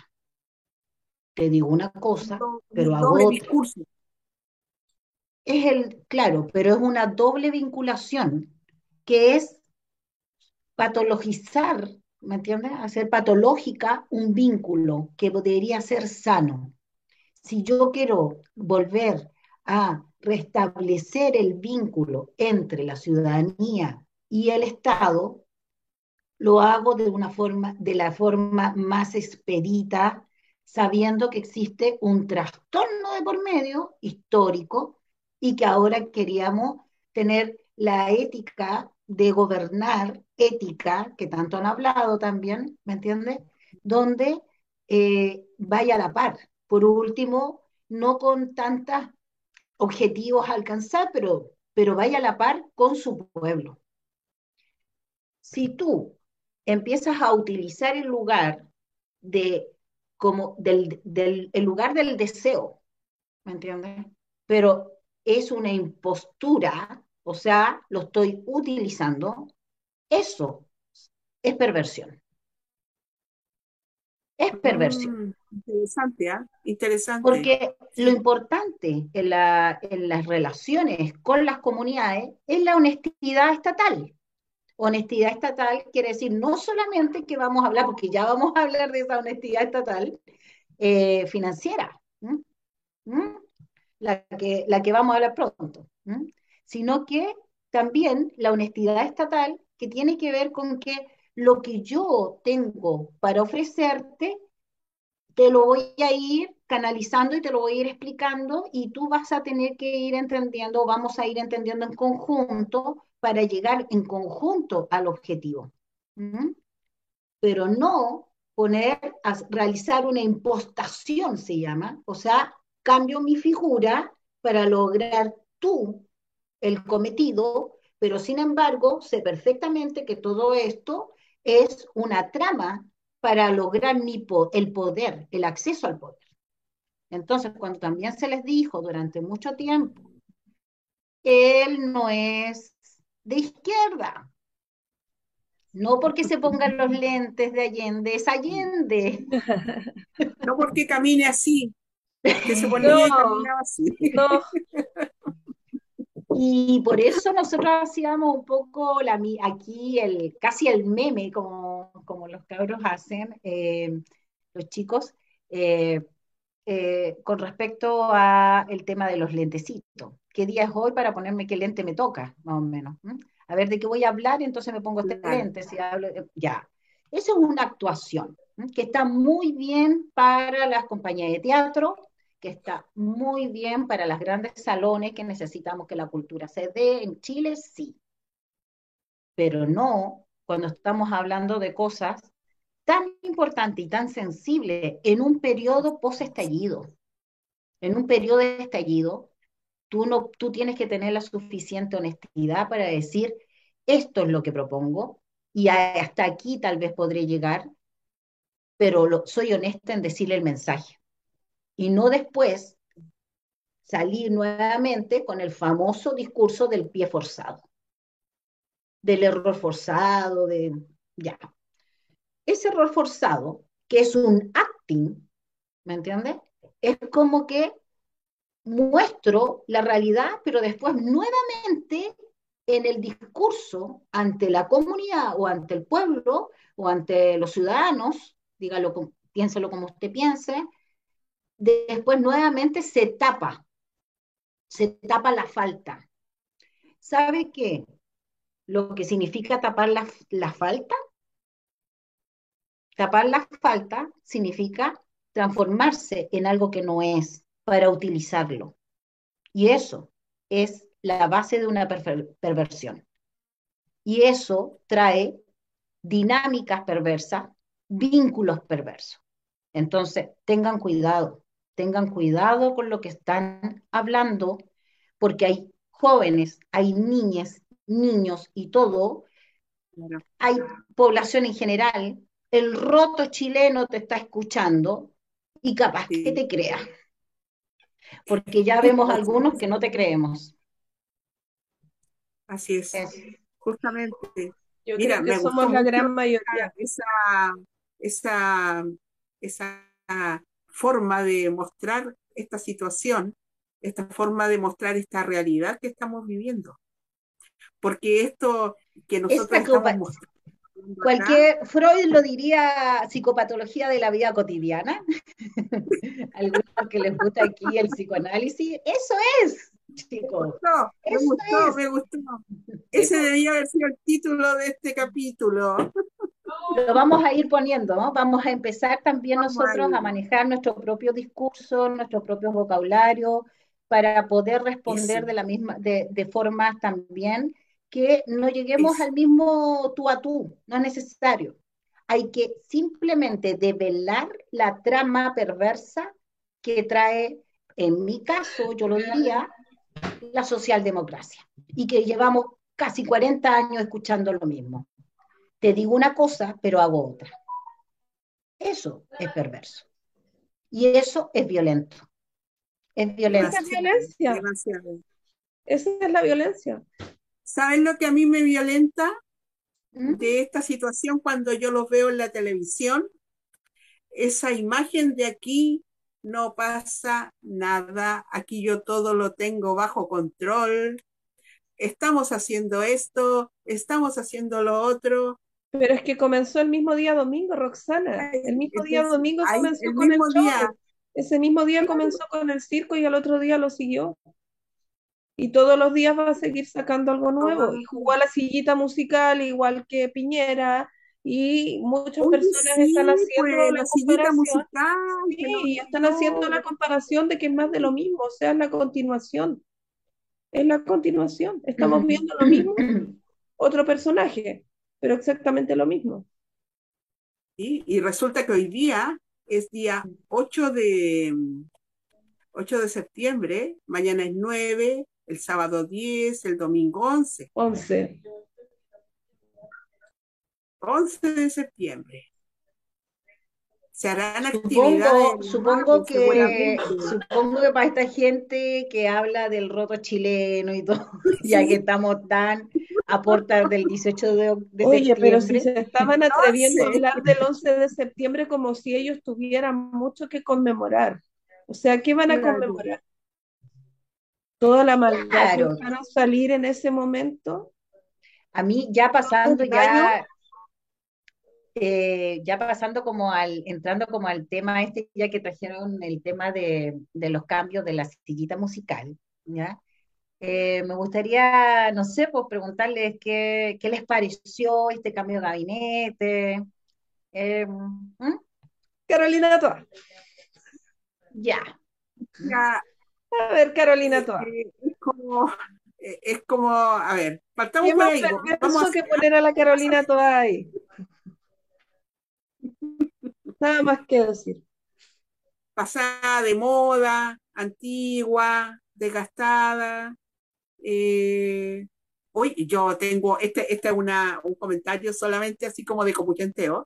[SPEAKER 1] Te digo una cosa, pero hago
[SPEAKER 3] Doble
[SPEAKER 1] otra.
[SPEAKER 3] discurso.
[SPEAKER 1] Es el, claro, pero es una doble vinculación que es patologizar, ¿me entiendes? Hacer patológica un vínculo que debería ser sano. Si yo quiero volver a restablecer el vínculo entre la ciudadanía y el Estado, lo hago de una forma, de la forma más expedita, sabiendo que existe un trastorno de por medio histórico y que ahora queríamos tener la ética de gobernar, ética, que tanto han hablado también, ¿me entiendes? Donde vaya a la par. Por último, no con tantos objetivos a alcanzar, pero vaya a la par con su pueblo. Si tú empiezas a utilizar el lugar de, como el lugar del deseo, ¿me entiendes? Pero es una impostura, o sea, lo estoy utilizando, eso es perversión, es perversión.
[SPEAKER 3] Interesante, ¿ah? Interesante.
[SPEAKER 1] Porque lo
[SPEAKER 3] Sí.
[SPEAKER 1] importante en las relaciones con las comunidades es la honestidad estatal. Honestidad estatal quiere decir no solamente que vamos a hablar, porque ya vamos a hablar de esa honestidad estatal financiera, ¿m? ¿M? La que vamos a hablar pronto, ¿m? Sino que también la honestidad estatal que tiene que ver con que lo que yo tengo para ofrecerte te lo voy a ir canalizando y te lo voy a ir explicando y tú vas a tener que ir entendiendo, vamos a ir entendiendo en conjunto para llegar en conjunto al objetivo. ¿Mm? pero no poner a realizar una impostación, se llama, o sea, cambio mi figura para lograr tú el cometido, pero sin embargo sé perfectamente que todo esto es una trama para lograr el poder, el acceso al poder. Entonces, cuando también se les dijo durante mucho tiempo, él no es de izquierda, no porque se pongan los lentes de Allende, es Allende.
[SPEAKER 3] No porque camine así, porque se ponía y
[SPEAKER 2] No,
[SPEAKER 3] caminaba así.
[SPEAKER 2] no,
[SPEAKER 1] Y por eso nosotros hacíamos un poco aquí casi el meme, como los cabros hacen, los chicos, eh, con respecto a el tema de los lentecitos. ¿Qué día es hoy para ponerme qué lente me toca, más o menos? ¿M? A ver de qué voy a hablar y entonces me pongo este
[SPEAKER 3] Claro,
[SPEAKER 1] lente. Si hablo, ya. Esa es una actuación, que está muy bien para las compañías de teatro, que está muy bien para los grandes salones que necesitamos que la cultura se dé en Chile, sí, pero no cuando estamos hablando de cosas tan importantes y tan sensibles en un periodo post-estallido. En un periodo de estallido, tú tienes que tener la suficiente honestidad para decir, esto es lo que propongo y hasta aquí tal vez podré llegar, pero soy honesta en decirle el mensaje y no después salir nuevamente con el famoso discurso del pie forzado, del error forzado, ya. Ese error forzado, que es un acting, ¿me entiendes? Es como que muestro la realidad, pero después nuevamente en el discurso ante la comunidad o ante el pueblo o ante los ciudadanos, dígalo, piénselo como usted piense, después nuevamente se tapa la falta. ¿Sabe qué? Lo que significa tapar la falta, tapar la falta significa transformarse en algo que no es para utilizarlo. Y eso es la base de una perversión. Y eso trae dinámicas perversas, vínculos perversos. Entonces, tengan cuidado con lo que están hablando, porque hay jóvenes, hay niñas, niños y todo,
[SPEAKER 3] claro.
[SPEAKER 1] hay población en general, el roto chileno te está escuchando y capaz que
[SPEAKER 3] Sí,
[SPEAKER 1] te crea, porque ya vemos
[SPEAKER 3] justo,
[SPEAKER 1] algunos que no te creemos.
[SPEAKER 3] así es,
[SPEAKER 1] Es,
[SPEAKER 3] justamente.
[SPEAKER 2] yo creo
[SPEAKER 3] Mira,
[SPEAKER 2] que
[SPEAKER 3] me
[SPEAKER 2] somos
[SPEAKER 3] gustó
[SPEAKER 2] la
[SPEAKER 3] mucho
[SPEAKER 2] gran mayoría.
[SPEAKER 3] esa, esa forma de mostrar esta situación, esta forma de mostrar esta realidad que estamos viviendo. Porque esto que nosotros
[SPEAKER 1] esta
[SPEAKER 3] estamos
[SPEAKER 1] copa,
[SPEAKER 3] mostrando acá,
[SPEAKER 1] cualquier Freud lo diría psicopatología de la vida cotidiana. Algunos que les gusta aquí el psicoanálisis, eso es, chicos,
[SPEAKER 3] me
[SPEAKER 1] eso
[SPEAKER 3] gustó,
[SPEAKER 1] es.
[SPEAKER 3] me gustó.
[SPEAKER 2] Sí,
[SPEAKER 3] Ese debía haber sido el título de este capítulo.
[SPEAKER 1] Lo vamos a ir poniendo, ¿no? Vamos a empezar también
[SPEAKER 3] Vamos a
[SPEAKER 1] nosotros a
[SPEAKER 3] ir.
[SPEAKER 1] manejar nuestro propio discurso, nuestro propio vocabulario, para poder
[SPEAKER 3] Eso,
[SPEAKER 1] responder de formas también que no lleguemos
[SPEAKER 3] eso.
[SPEAKER 1] al mismo tú a tú, no es necesario. Hay que simplemente develar la trama perversa que trae, en mi caso, yo lo diría, la socialdemocracia, y que llevamos casi 40 años escuchando lo mismo. Te digo una cosa, pero hago otra. Eso es perverso. Y eso es violento. Es
[SPEAKER 2] esa es
[SPEAKER 1] violento.
[SPEAKER 3] Demasiado,
[SPEAKER 2] violencia,
[SPEAKER 3] demasiado.
[SPEAKER 2] esa es la violencia.
[SPEAKER 3] ¿Sabes lo que a mí me violenta
[SPEAKER 1] ¿Mm?
[SPEAKER 3] de esta situación cuando yo los veo en la televisión? Esa imagen de aquí no pasa nada, aquí yo todo lo tengo bajo control, estamos haciendo esto, estamos haciendo lo otro.
[SPEAKER 2] Pero es que comenzó el mismo día domingo, Roxana. El
[SPEAKER 3] Ay,
[SPEAKER 2] mismo día
[SPEAKER 3] entonces,
[SPEAKER 2] domingo
[SPEAKER 3] ahí,
[SPEAKER 2] comenzó
[SPEAKER 3] el
[SPEAKER 2] con el
[SPEAKER 3] mismo día,
[SPEAKER 2] show. Ese mismo día
[SPEAKER 3] claro,
[SPEAKER 2] comenzó con el circo y al otro día lo siguió. Y todos los días va a seguir sacando algo
[SPEAKER 3] todos
[SPEAKER 2] nuevo. Y
[SPEAKER 3] los
[SPEAKER 2] jugó
[SPEAKER 3] días.
[SPEAKER 2] a la sillita musical igual que Piñera. Y muchas
[SPEAKER 3] Oye,
[SPEAKER 2] personas están
[SPEAKER 3] sí,
[SPEAKER 2] haciendo
[SPEAKER 3] pues
[SPEAKER 2] la
[SPEAKER 3] la sillita
[SPEAKER 2] comparación.
[SPEAKER 3] musical, que lo
[SPEAKER 2] Sí, y están haciendo la
[SPEAKER 3] todo.
[SPEAKER 2] comparación de que es más de lo mismo, o sea, es la continuación. Es la continuación. Estamos viendo lo mismo, otro personaje, pero exactamente lo mismo.
[SPEAKER 3] Y resulta que hoy día es día 8 de septiembre, mañana es 9, el sábado 10, el domingo 11.
[SPEAKER 2] 11.
[SPEAKER 3] 11 de septiembre. Se harán actividades
[SPEAKER 1] Supongo,
[SPEAKER 3] en las marchas seguramente.
[SPEAKER 1] supongo que para esta gente que habla del roto chileno y todo, ya que
[SPEAKER 3] Sí,
[SPEAKER 1] estamos tan a puertas del 18 de
[SPEAKER 2] Oye, pero si
[SPEAKER 1] septiembre,
[SPEAKER 2] se estaban
[SPEAKER 3] no
[SPEAKER 2] atreviendo a
[SPEAKER 3] sé.
[SPEAKER 2] hablar del 11 de septiembre como si ellos tuvieran mucho que conmemorar. O sea, ¿qué van a
[SPEAKER 3] Claro.
[SPEAKER 2] conmemorar? ¿Toda la maldad que
[SPEAKER 1] claro,
[SPEAKER 2] van a salir en ese momento?
[SPEAKER 1] a mí ya
[SPEAKER 2] ¿Todo
[SPEAKER 1] pasando,
[SPEAKER 2] un daño?
[SPEAKER 1] ya pasando como entrando como al tema este, ya que trajeron el tema de los cambios de la sillita musical, ¿ya? Me gustaría, no sé, pues preguntarles qué les pareció este cambio de gabinete. ¿Mm?
[SPEAKER 2] Carolina Toa.
[SPEAKER 1] Ya.
[SPEAKER 3] Ya,
[SPEAKER 2] A ver, Carolina Toa.
[SPEAKER 3] es como, a ver, partamos
[SPEAKER 2] ¿Qué
[SPEAKER 3] por
[SPEAKER 2] más
[SPEAKER 3] ahí. Vamos
[SPEAKER 2] perverso que poner a la Carolina Toa ahí? Nada más que decir.
[SPEAKER 3] pasada de moda, antigua, desgastada. Eh, Hoy yo tengo, este es un comentario solamente así como de copuchenteo.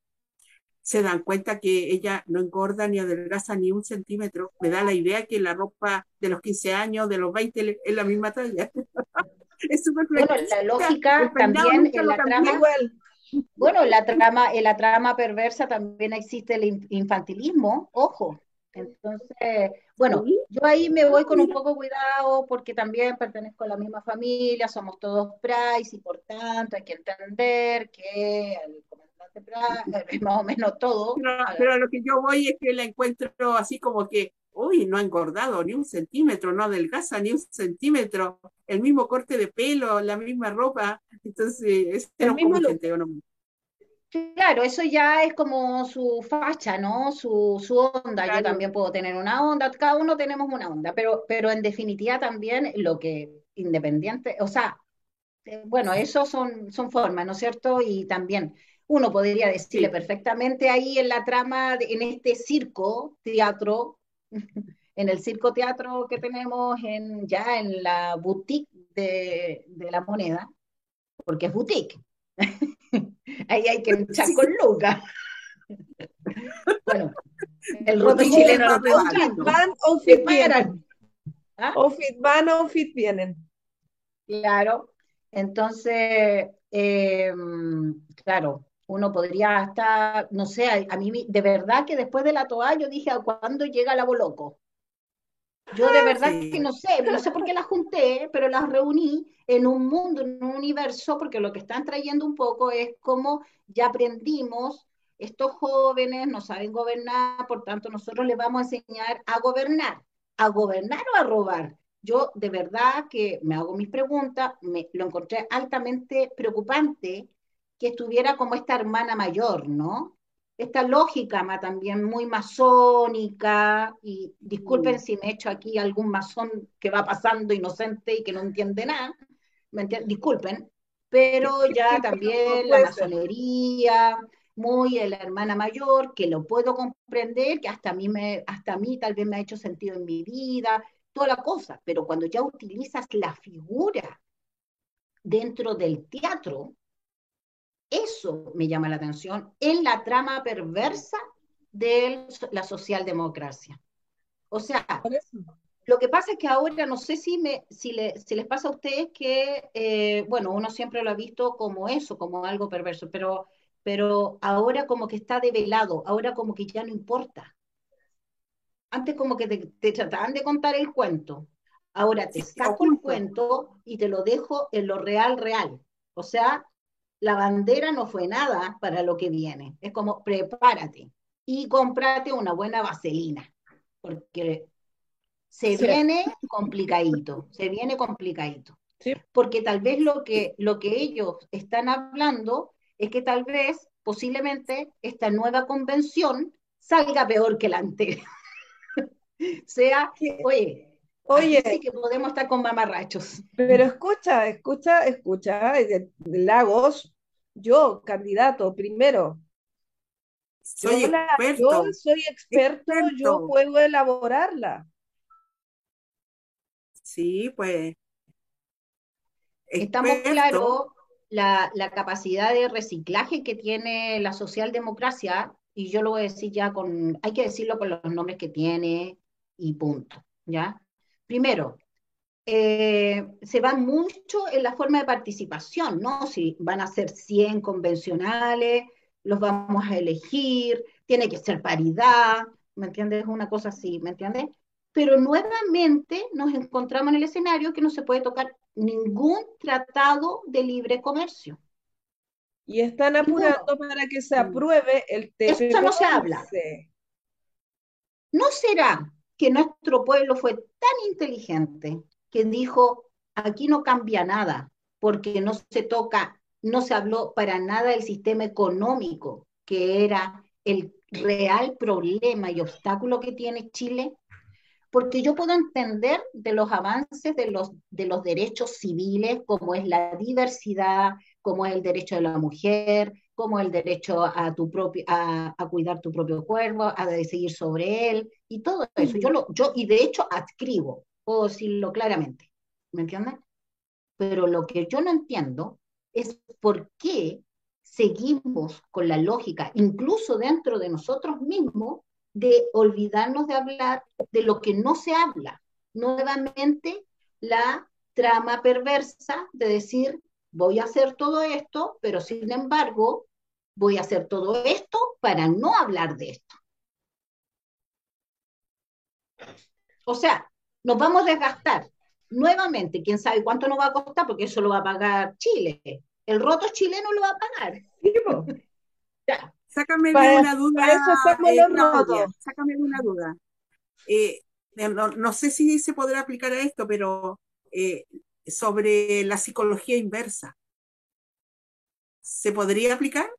[SPEAKER 3] Se dan cuenta que ella no engorda ni adelgaza ni un centímetro. Me da la idea que la ropa de los 15 años, de los 20 es la misma talla. Es súper
[SPEAKER 1] Bueno, la
[SPEAKER 3] flaquita. El
[SPEAKER 1] lógica
[SPEAKER 3] peinado
[SPEAKER 1] también
[SPEAKER 3] nunca
[SPEAKER 1] en
[SPEAKER 3] lo
[SPEAKER 1] la
[SPEAKER 3] cambié.
[SPEAKER 1] trama,
[SPEAKER 2] Igual.
[SPEAKER 1] bueno, en la trama perversa también existe el infantilismo, ojo. Entonces, bueno,
[SPEAKER 3] Sí.
[SPEAKER 1] yo ahí me
[SPEAKER 3] Ah,
[SPEAKER 1] voy con un
[SPEAKER 3] mira.
[SPEAKER 1] poco cuidado porque también pertenezco a la misma familia, somos todos Price y por tanto hay que entender que el comandante Price es más o menos todo.
[SPEAKER 3] Pero a lo que yo voy es que la encuentro así como que, uy, no ha engordado ni un centímetro, no adelgaza ni un centímetro, el mismo corte de pelo, la misma ropa. Entonces, ese
[SPEAKER 2] El
[SPEAKER 3] era un
[SPEAKER 2] mismo look.
[SPEAKER 3] copuchenteo, ¿no?
[SPEAKER 1] Claro, eso ya es como su facha, ¿no? Su onda. Yo
[SPEAKER 3] Claro,
[SPEAKER 1] también puedo tener una onda, cada uno tenemos una onda, pero en definitiva también lo que independiente, o sea, bueno, eso son formas, ¿no es cierto? Y también uno podría decirle
[SPEAKER 3] sí.
[SPEAKER 1] perfectamente ahí en la trama, en este circo, teatro, en el circo teatro que tenemos ya en la boutique de la moneda, porque es boutique. Ahí hay que entrar con
[SPEAKER 3] Sí,
[SPEAKER 1] Lucas. Bueno, el roto
[SPEAKER 3] boutique del
[SPEAKER 1] chileno
[SPEAKER 2] O
[SPEAKER 1] no te
[SPEAKER 3] barrio
[SPEAKER 2] outfit
[SPEAKER 3] alto.
[SPEAKER 1] encanto.
[SPEAKER 2] van,
[SPEAKER 1] Te
[SPEAKER 2] outfit vienen.
[SPEAKER 1] pagan. ¿Ah?
[SPEAKER 2] Outfit van, outfit vienen.
[SPEAKER 1] Claro. Entonces, claro, uno podría hasta, no sé, a mí de verdad que después de la toalla yo dije, ¿a cuándo llega la Boloco? Yo de
[SPEAKER 3] Ah,
[SPEAKER 1] verdad que
[SPEAKER 3] sí,
[SPEAKER 1] no sé por qué las junté, pero las reuní en un mundo, en un universo, porque lo que están trayendo un poco es como ya aprendimos, estos jóvenes no saben gobernar, por tanto nosotros les vamos a enseñar a gobernar o a robar. Yo de verdad que me hago mis preguntas, lo encontré altamente preocupante que estuviera como esta hermana mayor, ¿no? Esta lógica también muy masónica, y disculpen
[SPEAKER 3] sí,
[SPEAKER 1] si me echo aquí algún masón que va pasando inocente y que no entiende nada, disculpen, pero ya
[SPEAKER 2] Pero
[SPEAKER 1] también la
[SPEAKER 2] puede ser.
[SPEAKER 1] masonería, muy de la hermana mayor, que lo puedo comprender, que hasta a mí tal vez me ha hecho sentido en mi vida, toda la cosa, pero cuando ya utilizas la figura dentro del teatro, eso me llama la atención en la trama perversa de la socialdemocracia. O sea,
[SPEAKER 2] Por eso.
[SPEAKER 1] lo que pasa es que ahora no sé si les pasa a ustedes que, bueno, uno siempre lo ha visto como eso, como algo perverso, pero ahora como que está develado, ahora como que ya no importa. Antes como que te trataban de contar el cuento, ahora te
[SPEAKER 3] sí,
[SPEAKER 1] saco el
[SPEAKER 3] oculto.
[SPEAKER 1] cuento y te lo dejo en lo real, real. O sea, la bandera no fue nada para lo que viene. Es como prepárate y cómprate una buena vaselina, porque
[SPEAKER 2] Sí,
[SPEAKER 1] se viene complicadito.
[SPEAKER 2] sí.
[SPEAKER 1] Porque tal vez lo que ellos están hablando es que tal vez, posiblemente, esta nueva convención salga peor que la anterior. Sea,
[SPEAKER 2] Que-
[SPEAKER 1] oye, aquí sí
[SPEAKER 2] Oye,
[SPEAKER 1] que podemos estar con mamarrachos.
[SPEAKER 2] pero escucha, escucha, escucha, Lagos, yo, candidato, primero.
[SPEAKER 3] Soy
[SPEAKER 2] Yo
[SPEAKER 3] experto,
[SPEAKER 2] soy experto, yo
[SPEAKER 3] experto.
[SPEAKER 2] puedo elaborarla.
[SPEAKER 3] Sí, pues,
[SPEAKER 1] Estamos
[SPEAKER 3] experto.
[SPEAKER 1] claros la capacidad de reciclaje que tiene la socialdemocracia, y yo lo voy a decir ya con, hay que decirlo con los nombres que tiene y punto, ¿ya? Primero, se van mucho en la forma de participación, ¿no? Si van a ser 100 convencionales, los vamos a elegir, tiene que ser paridad, ¿me entiendes? Una cosa así, ¿me entiendes? Pero nuevamente nos encontramos en el escenario que no se puede tocar ningún tratado de libre comercio,
[SPEAKER 2] Y están
[SPEAKER 1] ninguno.
[SPEAKER 2] apurando para que se
[SPEAKER 3] Mm.
[SPEAKER 2] apruebe el
[SPEAKER 1] Eso no se habla.
[SPEAKER 2] TPP-11.
[SPEAKER 1] ¿No será que nuestro pueblo fue tan inteligente que dijo, aquí no cambia nada, porque no se toca, no se habló para nada del sistema económico, que era el real problema y obstáculo que tiene Chile? Porque yo puedo entender de los avances de los derechos civiles, como es la diversidad, como es el derecho de la mujer, como el derecho a, a cuidar tu propio cuerpo, a decidir sobre él, y todo eso. Y de hecho adscribo, puedo decirlo claramente, ¿me entiendes? Pero lo que yo no entiendo es por qué seguimos con la lógica, incluso dentro de nosotros mismos, de olvidarnos de hablar de lo que no se habla. Nuevamente, la trama perversa de decir, voy a hacer todo esto, pero sin embargo, voy a hacer todo esto para no hablar de esto. O sea, nos vamos a desgastar. Nuevamente, quién sabe cuánto nos va a costar, porque eso lo va a pagar Chile. El roto chileno lo va a pagar.
[SPEAKER 2] Sí, po.
[SPEAKER 1] Ya.
[SPEAKER 3] Sácame de
[SPEAKER 2] Para,
[SPEAKER 3] una duda,
[SPEAKER 2] para eso estamos los
[SPEAKER 3] Claudia,
[SPEAKER 2] rotos.
[SPEAKER 3] sácame de una duda. Eh, no sé si se podrá aplicar a esto, pero eh, sobre la psicología inversa, ¿se podría aplicar?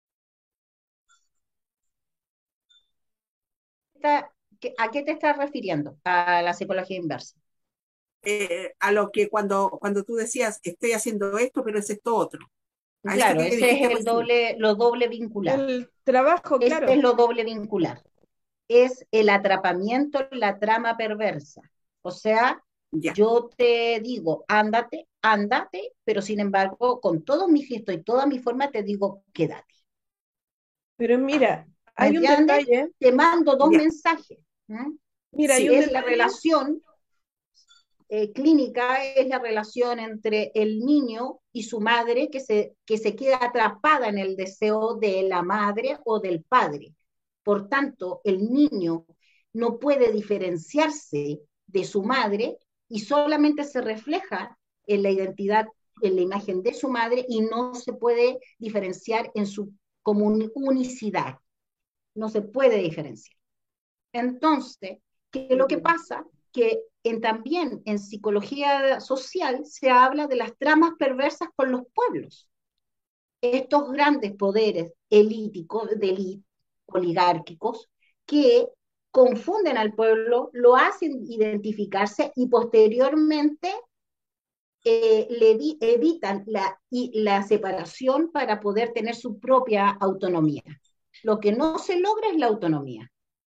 [SPEAKER 1] ¿A qué te estás refiriendo? A la psicología inversa.
[SPEAKER 3] A lo que cuando tú decías, estoy haciendo esto, pero es esto otro. A esto
[SPEAKER 1] Claro,
[SPEAKER 3] que
[SPEAKER 1] ese
[SPEAKER 3] dijiste
[SPEAKER 1] es el
[SPEAKER 3] recién.
[SPEAKER 1] doble, lo doble vincular.
[SPEAKER 2] El trabajo,
[SPEAKER 1] Este es
[SPEAKER 2] claro.
[SPEAKER 1] lo doble vincular. Es el atrapamiento, la trama perversa. O sea,
[SPEAKER 3] Ya.
[SPEAKER 1] yo te digo, ándate, ándate, pero sin embargo, con todos mis gestos y toda mi forma te digo, quédate.
[SPEAKER 2] Pero mira,
[SPEAKER 1] ¿Me
[SPEAKER 2] hay un
[SPEAKER 1] entiendes?
[SPEAKER 2] detalle,
[SPEAKER 1] Te mando dos
[SPEAKER 3] Ya.
[SPEAKER 1] mensajes. ¿Mm?
[SPEAKER 2] mira, hay
[SPEAKER 3] Sí.
[SPEAKER 2] un
[SPEAKER 1] Es la
[SPEAKER 2] detalle,
[SPEAKER 1] relación clínica, es la relación entre el niño y su madre que se queda atrapada en el deseo de la madre o del padre. Por tanto, el niño no puede diferenciarse de su madre y solamente se refleja en la identidad, en la imagen de su madre y no se puede diferenciar en su como unicidad. No se puede diferenciar. Entonces, ¿qué es lo que pasa? Que también en psicología social se habla de las tramas perversas con los pueblos. Estos grandes poderes elíticos, de élite, oligárquicos, que confunden al pueblo, lo hacen identificarse y posteriormente evitan la separación para poder tener su propia autonomía. Lo que no se logra es la autonomía.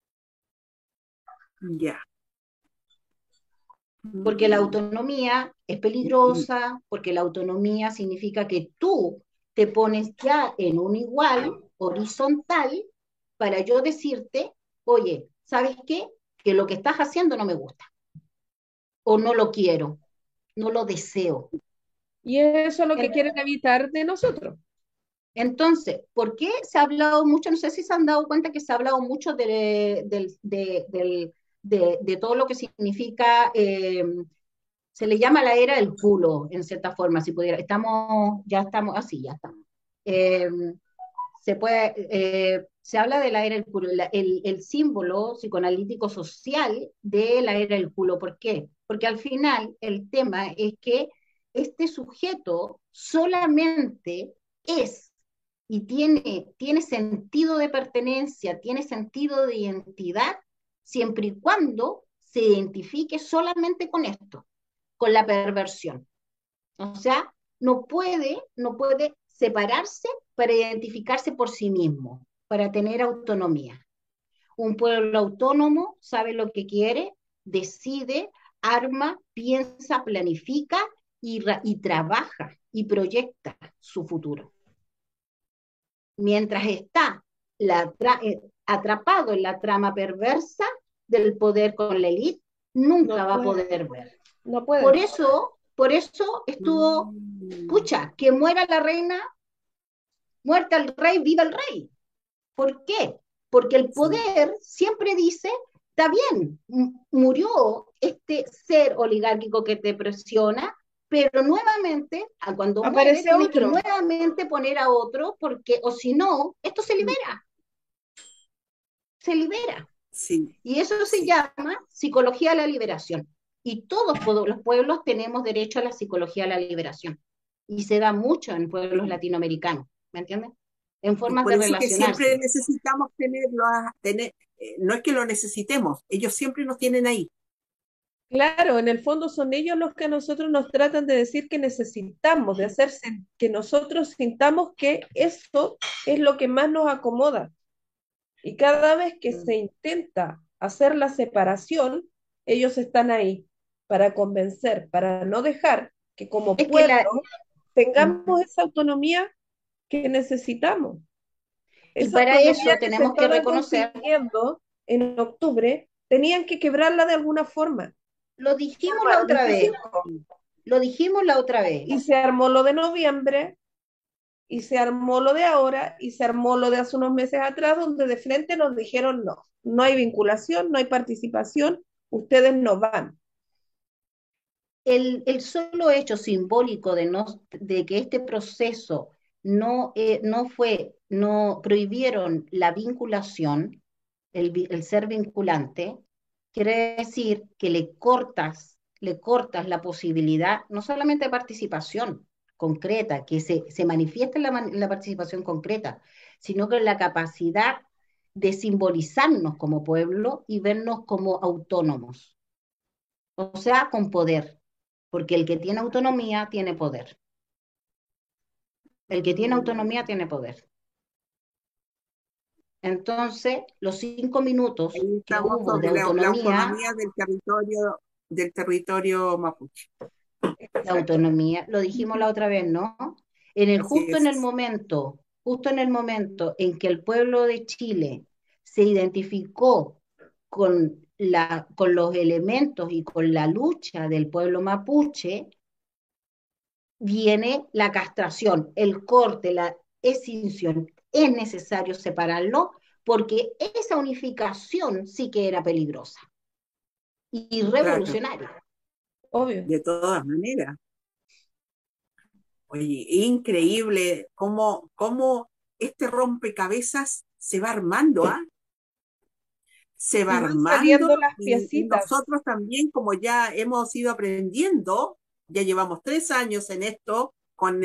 [SPEAKER 3] Ya.
[SPEAKER 1] Porque la
[SPEAKER 3] Mm,
[SPEAKER 1] autonomía es
[SPEAKER 3] mm,
[SPEAKER 1] peligrosa, porque la autonomía significa que tú te pones ya en un igual horizontal para yo decirte, oye, ¿sabes qué? Que lo que estás haciendo no me gusta, o no lo quiero, no lo deseo.
[SPEAKER 2] y eso es lo que
[SPEAKER 1] En-
[SPEAKER 2] quieren evitar de nosotros.
[SPEAKER 1] Entonces, ¿por qué se ha hablado mucho? No sé si se han dado cuenta que se ha hablado mucho de todo lo que significa se le llama la era del culo, en cierta forma, si pudiera. Ya estamos, así, ya estamos. Eh, se habla de la era del culo, el símbolo psicoanalítico social de la era del culo. ¿Por qué? Porque al final el tema es que este sujeto solamente es y tiene sentido de pertenencia, tiene sentido de identidad, siempre y cuando se identifique solamente con esto, con la perversión. O sea, no puede separarse para identificarse por sí mismo. para tener autonomía. Un pueblo autónomo sabe lo que quiere, decide, arma, piensa, planifica y trabaja y proyecta su futuro. Mientras está atrapado en la trama perversa del poder con la élite, nunca
[SPEAKER 2] No
[SPEAKER 1] va a
[SPEAKER 2] puede,
[SPEAKER 1] poder ver.
[SPEAKER 2] no
[SPEAKER 1] Por
[SPEAKER 2] puede.
[SPEAKER 1] eso estuvo,
[SPEAKER 3] Mm,
[SPEAKER 1] escucha, que muera la reina, muerta el rey, viva el rey. ¿Por qué? Porque el
[SPEAKER 3] sí.
[SPEAKER 1] poder siempre dice, está bien, murió este ser oligárquico que te presiona, pero nuevamente, cuando muere,
[SPEAKER 2] Aparece
[SPEAKER 1] tienes que
[SPEAKER 2] otro.
[SPEAKER 1] nuevamente poner a otro, porque, o si no, esto se libera.
[SPEAKER 3] Sí,
[SPEAKER 1] Y eso se
[SPEAKER 3] sí.
[SPEAKER 1] llama psicología de la liberación. Y todos los pueblos tenemos derecho a la psicología de la liberación. Y se da mucho en pueblos latinoamericanos, ¿me entiendes? En
[SPEAKER 3] Es
[SPEAKER 1] formas
[SPEAKER 3] por
[SPEAKER 1] de
[SPEAKER 3] eso que siempre
[SPEAKER 1] relacionarse.
[SPEAKER 3] necesitamos tenerlo, no es que lo necesitemos, ellos siempre nos tienen ahí.
[SPEAKER 2] Claro, en el fondo son ellos los que a nosotros nos tratan de decir que necesitamos, de hacer que nosotros sintamos que eso es lo que más nos acomoda. Y cada vez que se intenta hacer la separación, ellos están ahí para convencer, para no dejar que como
[SPEAKER 1] Es que
[SPEAKER 2] pueblo
[SPEAKER 1] la,
[SPEAKER 2] tengamos esa autonomía que necesitamos.
[SPEAKER 1] y
[SPEAKER 2] Esa
[SPEAKER 1] para
[SPEAKER 2] autonomía
[SPEAKER 1] eso
[SPEAKER 2] que se
[SPEAKER 1] tenemos que
[SPEAKER 2] estaban
[SPEAKER 1] reconocer,
[SPEAKER 2] consiguiendo en octubre, tenían que quebrarla de alguna forma.
[SPEAKER 1] lo
[SPEAKER 2] Se
[SPEAKER 1] dijimos la
[SPEAKER 2] armaron
[SPEAKER 1] otra
[SPEAKER 2] este
[SPEAKER 1] vez,
[SPEAKER 2] circo.
[SPEAKER 1] lo dijimos la otra vez.
[SPEAKER 2] Y se armó lo de noviembre, y se armó lo de ahora, y se armó lo de hace unos meses atrás, donde de frente nos dijeron no, no hay vinculación, no hay participación, ustedes no van.
[SPEAKER 1] El solo hecho simbólico de que este proceso no prohibieron la vinculación, el ser vinculante, quiere decir que le cortas la posibilidad no solamente de participación concreta, que se manifiesta en la participación concreta, sino que en la capacidad de simbolizarnos como pueblo y vernos como autónomos, o sea, con poder, porque el que tiene autonomía tiene poder. El que tiene autonomía
[SPEAKER 3] Mm,
[SPEAKER 1] tiene poder. Entonces, los 5 minutos
[SPEAKER 3] ahí
[SPEAKER 1] que
[SPEAKER 3] estamos
[SPEAKER 1] hubo de
[SPEAKER 3] sobre la
[SPEAKER 1] autonomía,
[SPEAKER 3] autonomía del territorio mapuche.
[SPEAKER 1] de
[SPEAKER 2] Exacto.
[SPEAKER 1] autonomía, lo dijimos la otra vez, ¿no?
[SPEAKER 3] Así es.
[SPEAKER 1] Justo en el momento en que el pueblo de Chile se identificó con los elementos y con la lucha del pueblo mapuche, viene la castración, el corte, la escinsión. Es necesario separarlo porque esa unificación sí que era peligrosa y
[SPEAKER 3] Claro,
[SPEAKER 1] revolucionaria.
[SPEAKER 2] Obvio.
[SPEAKER 3] de todas maneras. Oye, increíble cómo este rompecabezas se va armando, ¿ah? Se va
[SPEAKER 2] Y van
[SPEAKER 3] armando
[SPEAKER 2] saliendo las
[SPEAKER 3] y
[SPEAKER 2] piecitas.
[SPEAKER 3] nosotros también, como ya hemos ido aprendiendo, ya llevamos 3 años en esto, con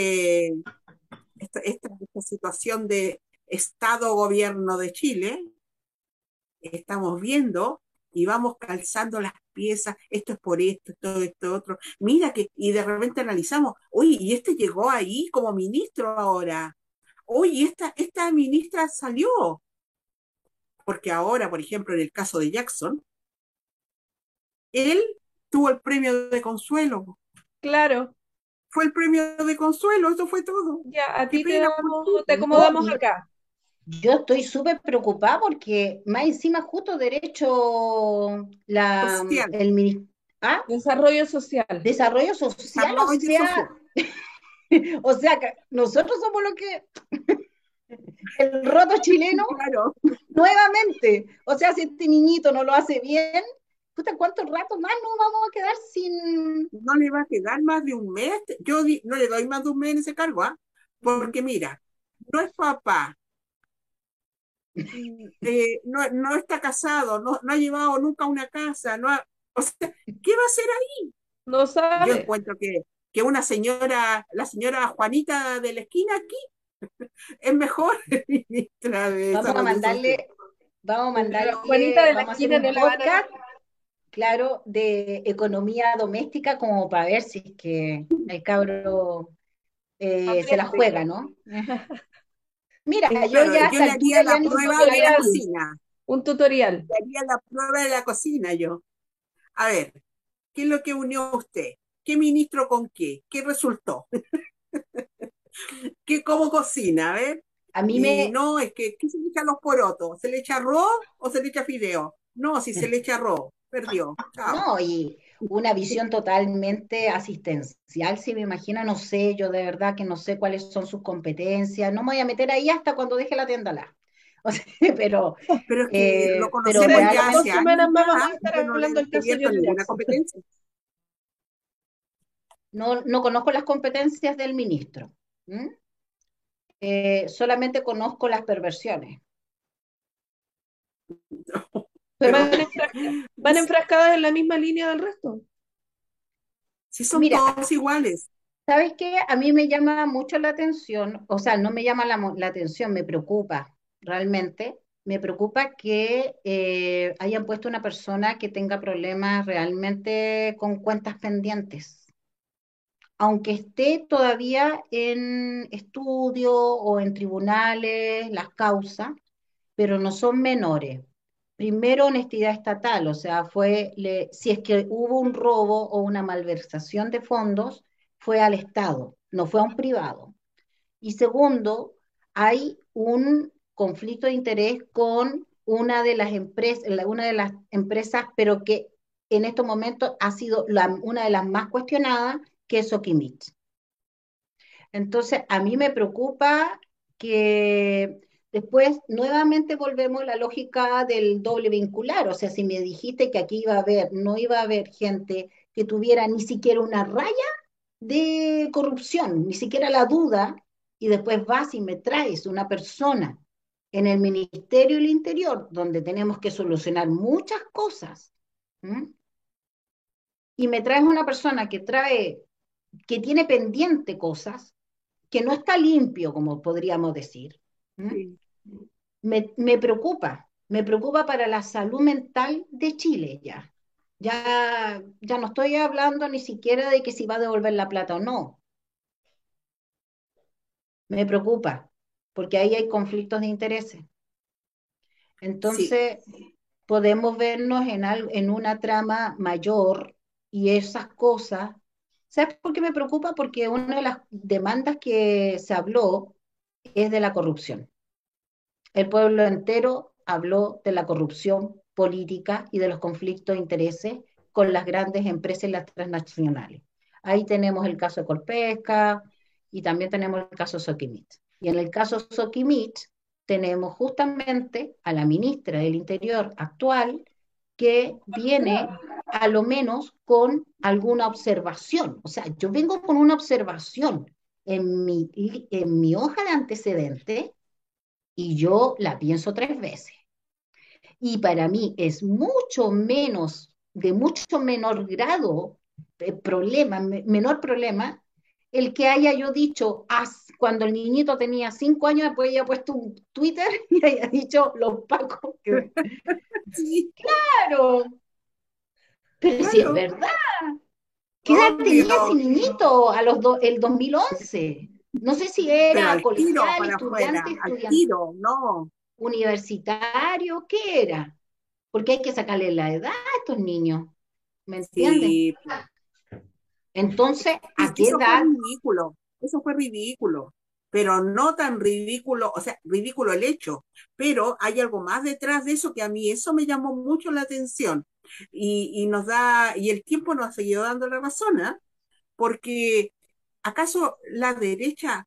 [SPEAKER 3] esta situación de Estado-Gobierno de Chile, estamos viendo y vamos calzando las piezas, esto es por esto, todo esto, otro. Mira que, y de repente analizamos, oye, y este llegó ahí como ministro ahora. Oye, esta ministra salió, porque ahora, por ejemplo, en el caso de Jackson, él tuvo el premio de consuelo.
[SPEAKER 2] Claro,
[SPEAKER 3] Fue el premio de consuelo, eso fue todo.
[SPEAKER 2] ya a
[SPEAKER 3] Qué
[SPEAKER 2] ti te
[SPEAKER 3] pena por
[SPEAKER 2] damos,
[SPEAKER 3] ti,
[SPEAKER 2] te
[SPEAKER 1] No,
[SPEAKER 2] acomodamos
[SPEAKER 1] y
[SPEAKER 2] acá.
[SPEAKER 1] yo estoy súper preocupada porque más encima justo derecho,
[SPEAKER 3] social,
[SPEAKER 1] ¿ah?
[SPEAKER 2] Desarrollo social.
[SPEAKER 1] Desarrollo social,
[SPEAKER 3] desarrollo social.
[SPEAKER 1] o sea, que nosotros somos lo que, el roto chileno
[SPEAKER 3] Claro,
[SPEAKER 1] nuevamente. O sea, si este niñito no lo hace bien, puta, ¿cuánto rato más nos vamos a quedar sin...
[SPEAKER 3] no le va a quedar más de un mes. No le doy más de un mes en ese cargo, ¿ah? Porque mira, no es papá, no está casado, no ha llevado nunca una casa, o sea, ¿qué va a hacer ahí?
[SPEAKER 2] No
[SPEAKER 3] Yo
[SPEAKER 2] sabe.
[SPEAKER 3] encuentro que una señora, la señora Juanita de la esquina aquí, es mejor ministra de
[SPEAKER 1] Vamos a
[SPEAKER 3] Desarrollo Social.
[SPEAKER 1] mandarle, vamos a
[SPEAKER 2] La Juanita
[SPEAKER 1] mandarle,
[SPEAKER 2] de la
[SPEAKER 1] vamos a hacer
[SPEAKER 2] esquina
[SPEAKER 1] un
[SPEAKER 2] no la van a
[SPEAKER 1] podcast,
[SPEAKER 2] cambiar.
[SPEAKER 1] claro, de economía doméstica como para ver si es que el cabro se la
[SPEAKER 2] Aprende.
[SPEAKER 1] juega, ¿no? Mira, yo
[SPEAKER 3] Claro,
[SPEAKER 1] ya a
[SPEAKER 3] yo
[SPEAKER 1] esta
[SPEAKER 3] le haría
[SPEAKER 1] altura
[SPEAKER 3] la
[SPEAKER 1] ya ni
[SPEAKER 2] Un
[SPEAKER 3] prueba
[SPEAKER 1] siquiera
[SPEAKER 3] de la
[SPEAKER 2] tutorial,
[SPEAKER 3] cocina.
[SPEAKER 2] un tutorial.
[SPEAKER 3] Le haría la prueba de la cocina yo. A ver, ¿qué es lo que unió usted? ¿Qué ministro con qué? ¿Qué resultó? ¿Qué cómo cocina? A ver.
[SPEAKER 1] a mí
[SPEAKER 3] Y
[SPEAKER 1] me,
[SPEAKER 3] no, es que, ¿qué se le echa a los porotos? ¿Se le echa arroz o se le echa fideo? No, si se le echa arroz, perdió. Chao.
[SPEAKER 1] no, y una visión totalmente asistencial, si me imagino, no sé, yo de verdad que no sé cuáles son sus competencias, no me voy a meter ahí hasta cuando deje la tienda la. O sea,
[SPEAKER 3] Pero es que lo
[SPEAKER 1] pero
[SPEAKER 3] conocemos
[SPEAKER 2] Dentro
[SPEAKER 3] ya
[SPEAKER 2] de dos
[SPEAKER 3] hace
[SPEAKER 1] realmente
[SPEAKER 3] años
[SPEAKER 2] semanas más vamos
[SPEAKER 3] ya
[SPEAKER 2] a
[SPEAKER 3] y
[SPEAKER 2] estar
[SPEAKER 3] yo no le he
[SPEAKER 2] hablando del caso
[SPEAKER 3] descubierto
[SPEAKER 2] George
[SPEAKER 3] ninguna
[SPEAKER 2] Jackson.
[SPEAKER 3] competencia.
[SPEAKER 1] no conozco las competencias del ministro. ¿M? Solamente conozco las perversiones.
[SPEAKER 2] Pues
[SPEAKER 3] Pero
[SPEAKER 2] van enfrascadas en la misma línea del resto.
[SPEAKER 3] si son
[SPEAKER 1] Mira,
[SPEAKER 3] todos iguales.
[SPEAKER 1] ¿sabes qué? A mí me llama mucho la atención, o sea, no me llama la atención, me preocupa realmente. Me preocupa que hayan puesto una persona que tenga problemas realmente con cuentas pendientes, aunque esté todavía en estudio o en tribunales las causas, pero no son menores. Primero, honestidad estatal, o sea, si es que hubo un robo o una malversación de fondos, fue al Estado, no fue a un privado. Y segundo, hay un conflicto de interés con una de las empresas, pero que en estos momentos ha sido una de las más cuestionadas, que es Sokimich. Entonces, a mí me preocupa que después nuevamente volvemos a la lógica del doble vincular. O sea, si me dijiste que aquí no iba a haber gente que tuviera ni siquiera una raya de corrupción, ni siquiera la duda, y después vas y me traes una persona en el Ministerio del Interior, donde tenemos que solucionar muchas cosas, ¿m? Y me traes una persona que tiene pendiente cosas, que no está limpio, como podríamos decir. ¿M?
[SPEAKER 3] Sí.
[SPEAKER 1] Me preocupa para la salud mental de Chile ya. Ya no estoy hablando ni siquiera de que si va a devolver la plata o no. Me preocupa, porque ahí hay conflictos de intereses.
[SPEAKER 3] Sí,
[SPEAKER 1] Entonces, podemos vernos en una trama mayor y esas cosas. ¿Sabes por qué me preocupa? Porque una de las demandas que se habló es de la corrupción. El pueblo entero habló de la corrupción política y de los conflictos de intereses con las grandes empresas y las transnacionales. Ahí tenemos el caso de Colpesca y también tenemos el caso Soquimich. Y en el caso Soquimich tenemos justamente a la ministra del Interior actual que viene a lo menos con alguna observación. O sea, yo vengo con una observación en mi hoja de antecedentes y yo la pienso 3 veces. Y para mí es mucho menos, de mucho menor grado, menor problema, el que haya yo dicho, cuando el niñito tenía 5 años, después haya puesto un Twitter y haya dicho los pacos.
[SPEAKER 3] sí,
[SPEAKER 1] Claro, pero si es
[SPEAKER 3] claro,
[SPEAKER 1] verdad, ¿qué edad tenía ese
[SPEAKER 3] obvio,
[SPEAKER 1] niñito el 2011? No sé si
[SPEAKER 3] pero
[SPEAKER 1] era
[SPEAKER 3] al tiro
[SPEAKER 1] colegial,
[SPEAKER 3] para afuera,
[SPEAKER 1] estudiante,
[SPEAKER 3] al
[SPEAKER 1] estudiante
[SPEAKER 3] tiro, no.
[SPEAKER 1] universitario, ¿qué era? Porque hay que sacarle la edad a estos niños, ¿me entiendes?
[SPEAKER 3] Sí,
[SPEAKER 1] Entonces, ¿a qué
[SPEAKER 3] eso fue
[SPEAKER 1] edad?
[SPEAKER 3] ridículo, eso fue ridículo, pero no tan ridículo, o sea, ridículo el hecho, pero hay algo más detrás de eso que a mí eso me llamó mucho la atención y nos da, y el tiempo nos ha seguido dando la razón, ¿ah? Porque ¿acaso la derecha,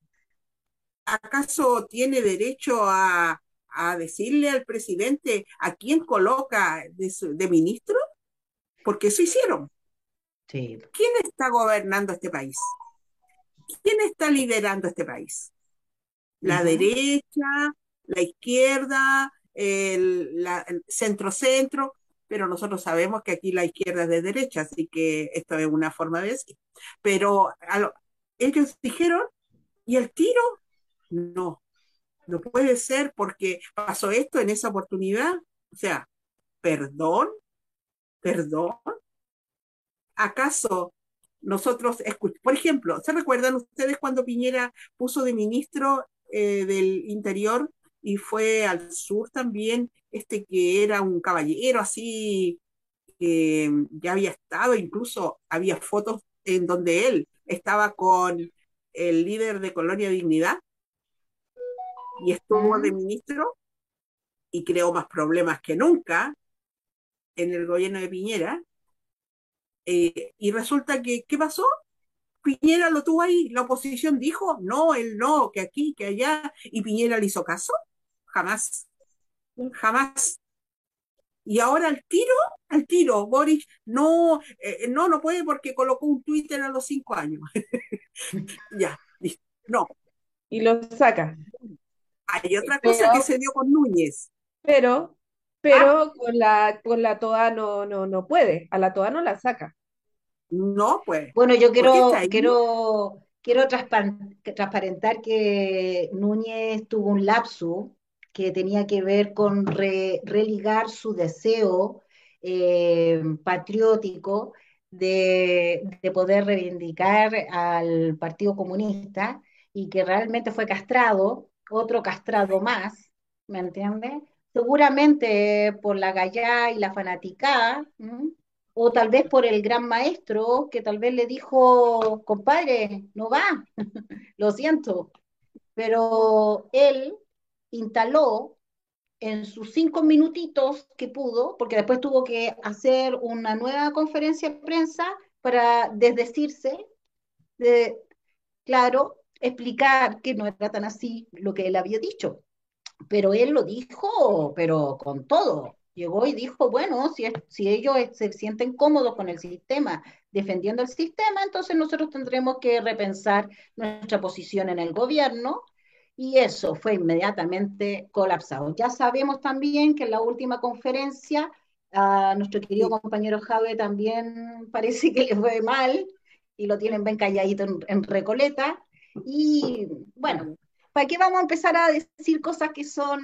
[SPEAKER 3] acaso tiene derecho a decirle al presidente a quién coloca de ministro? Porque eso hicieron.
[SPEAKER 1] Sí.
[SPEAKER 3] ¿Quién está gobernando este país? ¿Quién está liderando este país? La
[SPEAKER 1] Ujú.
[SPEAKER 3] derecha, la izquierda, el centro-centro, pero nosotros sabemos que aquí la izquierda es de derecha, así que esto es una forma de decir. Pero ellos dijeron, ¿y el tiro? No, no puede ser porque pasó esto en esa oportunidad. O sea, perdón, perdón. ¿Acaso nosotros, por ejemplo, ¿se recuerdan ustedes cuando Piñera puso de ministro del interior y fue al sur también, este que era un caballero así, que ya había estado, incluso había fotos en donde él estaba con el líder de Colonia Dignidad y estuvo de
[SPEAKER 1] ¿Mm?
[SPEAKER 3] ministro y creó más problemas que nunca en el gobierno de Piñera. Y resulta que, ¿qué pasó? Piñera lo tuvo ahí, la oposición dijo, no, él no, que aquí, que allá, y Piñera le hizo caso, jamás, jamás. Y ahora al tiro, Boris, no, no puede porque colocó un Twitter a los 5 años. Ya, listo. No,
[SPEAKER 2] Y lo saca.
[SPEAKER 3] hay otra cosa que
[SPEAKER 1] Pero
[SPEAKER 3] se dio con Núñez.
[SPEAKER 2] Pero,
[SPEAKER 3] Ah,
[SPEAKER 2] pero con la TOA no puede, a la TOA no la saca.
[SPEAKER 3] no, pues,
[SPEAKER 1] bueno, yo
[SPEAKER 3] porque está
[SPEAKER 1] quiero,
[SPEAKER 3] ahí.
[SPEAKER 1] transparentar que Núñez tuvo un lapsus que tenía que ver con religar su deseo patriótico de poder reivindicar al Partido Comunista y que realmente fue castrado, otro castrado más, ¿me entiendes? Seguramente por la gallá y la fanaticada, ¿m? O tal vez por el gran maestro que tal vez le dijo, compadre, no va, lo siento, pero él instaló en sus 5 minutitos que pudo, porque después tuvo que hacer una nueva conferencia de prensa para desdecirse, de, claro, explicar que no era tan así lo que él había dicho. Pero él lo dijo, pero con todo. Llegó y dijo, bueno, si ellos se sienten cómodos con el sistema, defendiendo el sistema, entonces nosotros tendremos que repensar nuestra posición en el gobierno. Y eso fue inmediatamente colapsado. Ya sabemos también que en la última conferencia a nuestro querido
[SPEAKER 3] Sí.
[SPEAKER 1] compañero Jave también parece que le fue mal y lo tienen bien calladito en Recoleta. Y bueno,
[SPEAKER 3] Claro.
[SPEAKER 1] ¿para qué vamos a empezar a decir cosas que son...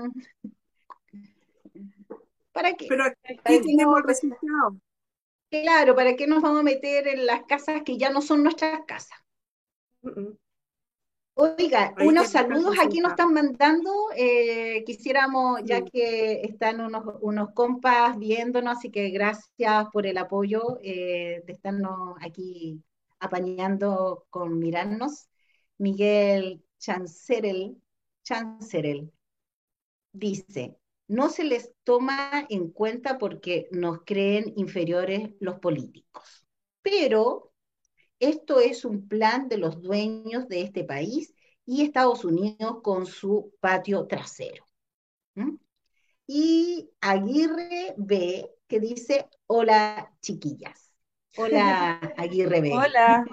[SPEAKER 1] ¿Para qué?
[SPEAKER 3] Pero
[SPEAKER 1] ¿Para
[SPEAKER 3] aquí
[SPEAKER 1] qué no...
[SPEAKER 3] tenemos el resultado.
[SPEAKER 1] Claro, ¿para qué nos vamos a meter en las casas que ya no son nuestras casas?
[SPEAKER 2] Mm, mm.
[SPEAKER 1] Oiga,
[SPEAKER 3] Ahí
[SPEAKER 1] unos
[SPEAKER 3] tenemos el
[SPEAKER 1] saludos aquí nos
[SPEAKER 3] resultado.
[SPEAKER 1] están mandando. Quisiéramos, ya
[SPEAKER 3] Sí.
[SPEAKER 1] que están unos compas viéndonos, así que gracias por el apoyo de estarnos aquí apañando con mirarnos. Miguel Chancerel dice, no se les toma en cuenta porque nos creen inferiores los políticos, pero esto es un plan de los dueños de este país y Estados Unidos con su patio trasero. ¿Mm? Y Aguirre B, que dice, hola chiquillas. Hola Aguirre B.
[SPEAKER 2] Hola,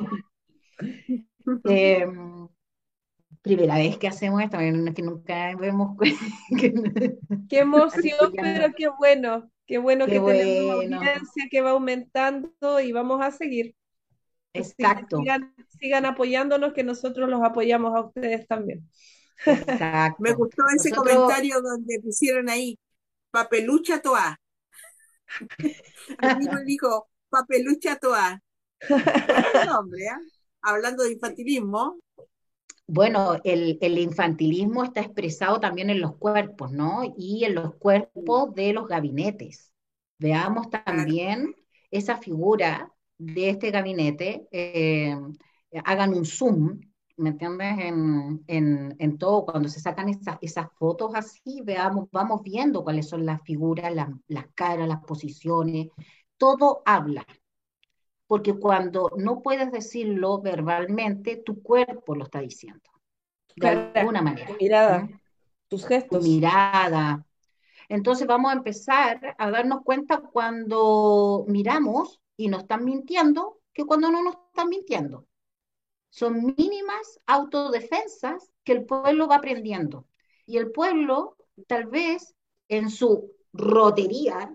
[SPEAKER 1] Eh, primera vez que hacemos esto, no es que nunca vemos
[SPEAKER 2] qué emoción,
[SPEAKER 1] apoyando.
[SPEAKER 2] pero qué bueno
[SPEAKER 1] Qué
[SPEAKER 2] que tenemos
[SPEAKER 1] bueno,
[SPEAKER 2] audiencia que va aumentando y vamos a seguir. Así que
[SPEAKER 1] exacto,
[SPEAKER 2] sigan apoyándonos, que nosotros los apoyamos a ustedes también.
[SPEAKER 3] Me
[SPEAKER 1] exacto.
[SPEAKER 3] gustó ese
[SPEAKER 1] Nosotros,
[SPEAKER 3] comentario donde pusieron ahí, papelucha toa. Aquí me dijo, papelucha toa. Buen nombre, ¿ah? Hablando de infantilismo.
[SPEAKER 1] bueno, el infantilismo está expresado también en los cuerpos, ¿no? Y en los
[SPEAKER 3] Sí,
[SPEAKER 1] cuerpos de los gabinetes. Veamos
[SPEAKER 3] claro.
[SPEAKER 1] también esa figura de este gabinete, hagan un zoom, ¿me entiendes? En todo, cuando se sacan esas fotos así, veamos, vamos viendo cuáles son las figuras, las caras, las posiciones, todo habla, porque cuando no puedes decirlo verbalmente, tu cuerpo lo está diciendo, de
[SPEAKER 2] Cara,
[SPEAKER 1] alguna manera.
[SPEAKER 2] tu mirada,
[SPEAKER 1] ¿M?
[SPEAKER 2] tus
[SPEAKER 1] Tu
[SPEAKER 2] gestos.
[SPEAKER 1] mirada. Entonces vamos a empezar a darnos cuenta cuando miramos y nos están mintiendo que cuando no nos están mintiendo. Son mínimas autodefensas que el pueblo va aprendiendo. Y el pueblo, tal vez en su rotería,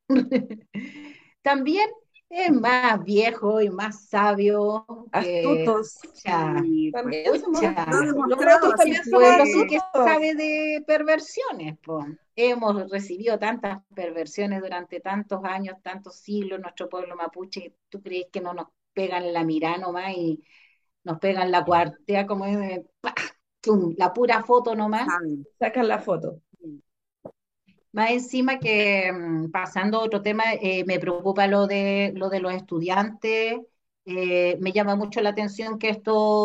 [SPEAKER 1] también es más viejo y más sabio que,
[SPEAKER 2] Astutos.
[SPEAKER 1] pucha,
[SPEAKER 3] Y pues,
[SPEAKER 2] También somos
[SPEAKER 3] lo ha
[SPEAKER 1] pucha,
[SPEAKER 2] astutos. Los
[SPEAKER 3] demostrado,
[SPEAKER 2] rotos
[SPEAKER 1] el
[SPEAKER 3] así
[SPEAKER 2] también somos
[SPEAKER 1] pueblo sí
[SPEAKER 3] que
[SPEAKER 1] que
[SPEAKER 2] astutos.
[SPEAKER 1] sabe de perversiones, po. Hemos recibido tantas perversiones durante tantos años, tantos siglos, nuestro pueblo mapuche. ¿Tú crees que no nos pegan la mirada nomás y nos pegan la cuartea como es de, ¡pah! chum, la pura foto nomás.
[SPEAKER 3] saben.
[SPEAKER 2] Sacan la foto.
[SPEAKER 1] Más encima que pasando a otro tema, me preocupa lo de los estudiantes. Me llama mucho la atención que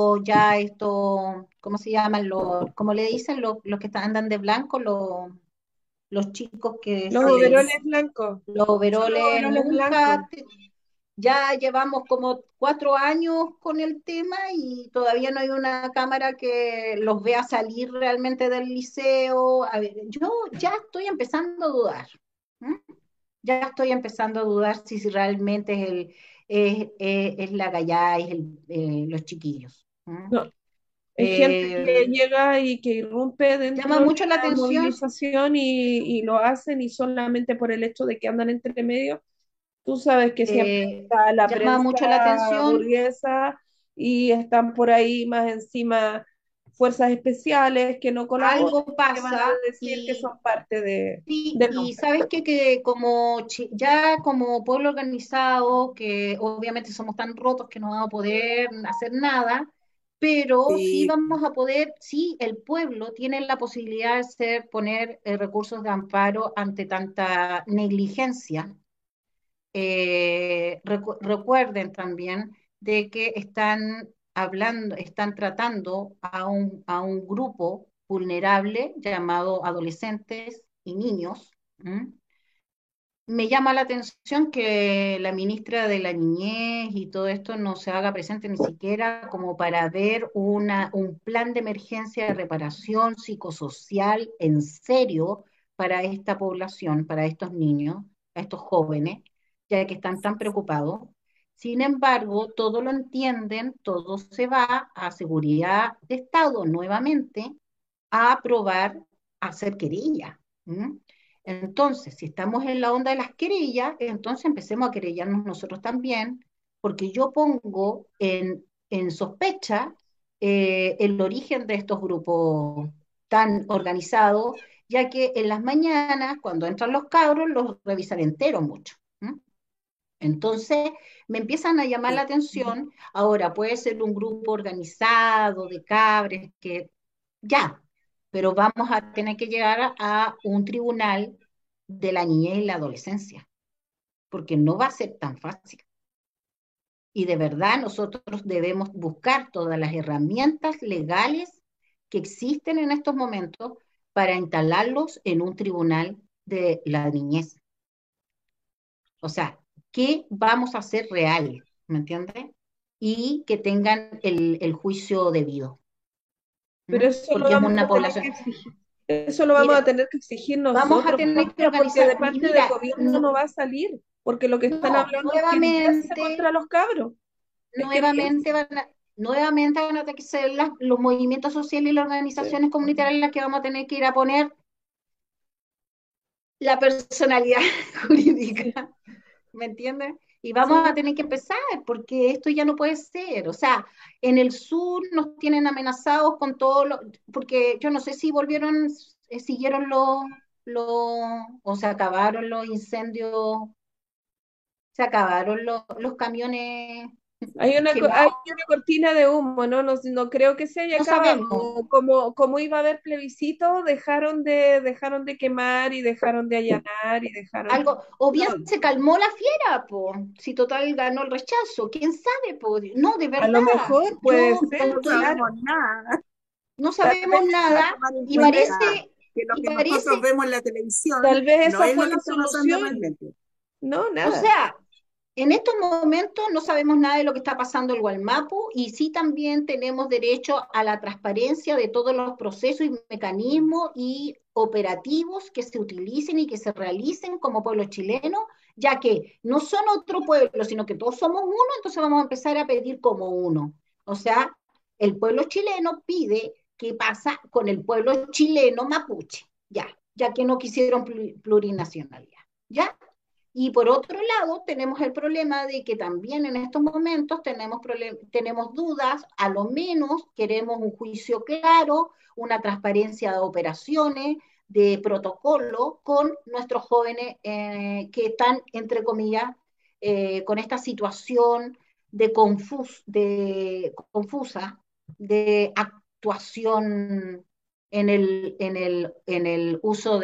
[SPEAKER 1] ¿cómo se llaman? ¿Cómo le dicen? Los que andan de blanco, los chicos que
[SPEAKER 2] Los
[SPEAKER 1] se,
[SPEAKER 2] overoles blancos.
[SPEAKER 1] los
[SPEAKER 2] Son los
[SPEAKER 1] overoles
[SPEAKER 2] overoles blancos.
[SPEAKER 1] nunca, ya llevamos como 4 años con el tema y todavía no hay una cámara que los vea salir realmente del liceo. A ver, yo ya estoy empezando a dudar. ¿M? Ya estoy empezando a dudar si realmente es la gallá, los chiquillos. ¿M?
[SPEAKER 2] No, hay gente
[SPEAKER 1] Eh,
[SPEAKER 2] que llega y que irrumpe
[SPEAKER 1] llama
[SPEAKER 2] dentro de
[SPEAKER 1] mucho la
[SPEAKER 2] la
[SPEAKER 1] atención.
[SPEAKER 2] movilización y lo hacen y solamente por el hecho de que andan entre medio. Tú sabes que siempre está la
[SPEAKER 1] Llama
[SPEAKER 2] prensa
[SPEAKER 1] mucho la atención.
[SPEAKER 2] burguesa y están por ahí más encima fuerzas especiales que no colaboran,
[SPEAKER 1] Algo
[SPEAKER 2] que van a
[SPEAKER 1] pasa
[SPEAKER 2] decir que
[SPEAKER 1] y
[SPEAKER 2] son parte
[SPEAKER 1] sí,
[SPEAKER 2] del
[SPEAKER 1] y
[SPEAKER 2] lumpen.
[SPEAKER 1] sabes que como ya como pueblo organizado, que obviamente somos tan rotos que no vamos a poder hacer nada, pero sí
[SPEAKER 3] Sí,
[SPEAKER 1] vamos a poder, sí, el pueblo tiene la posibilidad de poner recursos de amparo ante tanta negligencia. Recuerden también de que están tratando a un grupo vulnerable llamado adolescentes y niños. ¿M? Me llama la atención que la ministra de la Niñez y todo esto no se haga presente ni siquiera como para ver un plan de emergencia de reparación psicosocial en serio para esta población, para estos niños, a estos jóvenes, ya que están tan preocupados. Sin embargo, todo lo entienden, todo se va a seguridad de Estado nuevamente a aprobar hacer querella. ¿M? Entonces, si estamos en la onda de las querellas, entonces empecemos a querellarnos nosotros también, porque yo pongo en sospecha el origen de estos grupos tan organizados, ya que en las mañanas, cuando entran los cabros, los revisan enteros mucho. ¿M? Entonces, me empiezan a llamar la
[SPEAKER 3] sí.
[SPEAKER 1] atención. Ahora, puede ser un grupo organizado de cabres que ya, pero vamos a tener que llegar a un tribunal de la niñez y la adolescencia, porque no va a ser tan fácil. Y de verdad nosotros debemos buscar todas las herramientas legales que existen en estos momentos para instalarlos en un tribunal de la niñez. O sea, ¿qué vamos a hacer real? ¿Me entiendes? Y que tengan el juicio debido.
[SPEAKER 2] Pero
[SPEAKER 1] ¿M?
[SPEAKER 2] eso lo
[SPEAKER 1] Porque es
[SPEAKER 2] vamos
[SPEAKER 1] una
[SPEAKER 2] a tener
[SPEAKER 1] población.
[SPEAKER 2] que exigir. Eso lo vamos a
[SPEAKER 1] Mira,
[SPEAKER 2] tener que exigir
[SPEAKER 1] vamos a
[SPEAKER 2] nosotros.
[SPEAKER 1] tener
[SPEAKER 2] ¿Por
[SPEAKER 1] que
[SPEAKER 2] qué? Porque
[SPEAKER 1] organizar.
[SPEAKER 2] de
[SPEAKER 1] Y
[SPEAKER 2] parte del
[SPEAKER 1] mira,
[SPEAKER 2] gobierno no va a salir, porque lo que están
[SPEAKER 1] no,
[SPEAKER 2] hablando es que enviarse contra los cabros. Es que
[SPEAKER 1] nuevamente nuevamente van a tener que ser los movimientos sociales y las
[SPEAKER 2] sí.
[SPEAKER 1] organizaciones comunitarias las que vamos a tener que ir a poner la personalidad
[SPEAKER 2] Sí,
[SPEAKER 1] jurídica, ¿me entiendes? Y vamos a
[SPEAKER 2] sí.
[SPEAKER 1] tener que empezar, porque esto ya no puede ser. O sea, en el sur nos tienen amenazados con todo lo, porque yo no sé si siguieron o se acabaron los incendios, se acabaron los camiones
[SPEAKER 2] Hay
[SPEAKER 1] quemados,
[SPEAKER 2] una cortina de humo, ¿no? No, no creo que se haya
[SPEAKER 1] no
[SPEAKER 2] acabado.
[SPEAKER 1] sabemos.
[SPEAKER 2] Como iba a haber plebiscito, dejaron de quemar y dejaron de allanar y dejaron.
[SPEAKER 1] Algo, o bien
[SPEAKER 3] No,
[SPEAKER 1] se calmó la fiera, po, si total ganó el rechazo, quién sabe, po, no, de
[SPEAKER 2] A lo
[SPEAKER 1] verdad,
[SPEAKER 2] mejor puede
[SPEAKER 1] yo
[SPEAKER 2] ser,
[SPEAKER 3] no
[SPEAKER 1] estoy,
[SPEAKER 3] sabemos
[SPEAKER 2] claro.
[SPEAKER 3] nada.
[SPEAKER 1] no
[SPEAKER 2] Tal vez
[SPEAKER 1] sabemos
[SPEAKER 2] esa,
[SPEAKER 3] Hay que
[SPEAKER 1] nada,
[SPEAKER 3] tomar en
[SPEAKER 1] y
[SPEAKER 2] tal vez,
[SPEAKER 3] cuenta
[SPEAKER 1] parece,
[SPEAKER 3] que lo
[SPEAKER 1] y
[SPEAKER 3] que nosotros
[SPEAKER 1] parece,
[SPEAKER 3] vemos en la televisión
[SPEAKER 2] tal vez
[SPEAKER 3] no
[SPEAKER 2] esa
[SPEAKER 3] es
[SPEAKER 2] fue
[SPEAKER 3] lo que
[SPEAKER 2] la
[SPEAKER 3] está pasando
[SPEAKER 2] solución.
[SPEAKER 3] realmente.
[SPEAKER 2] No,
[SPEAKER 1] o
[SPEAKER 2] nada.
[SPEAKER 1] sea, en estos momentos no sabemos nada de lo que está pasando en Gualmapu y sí también tenemos derecho a la transparencia de todos los procesos y mecanismos y operativos que se utilicen y que se realicen como pueblo chileno, ya que no son otro pueblo, sino que todos somos uno, entonces vamos a empezar a pedir como uno. O sea, el pueblo chileno pide qué pasa con el pueblo chileno mapuche, ya que no quisieron plurinacionalidad. ¿Ya? Y por otro lado, tenemos el problema de que también en estos momentos tenemos dudas, a lo menos queremos un juicio claro, una transparencia de operaciones, de protocolo con nuestros jóvenes que están, entre comillas, con esta situación de confusa, de actuación en el uso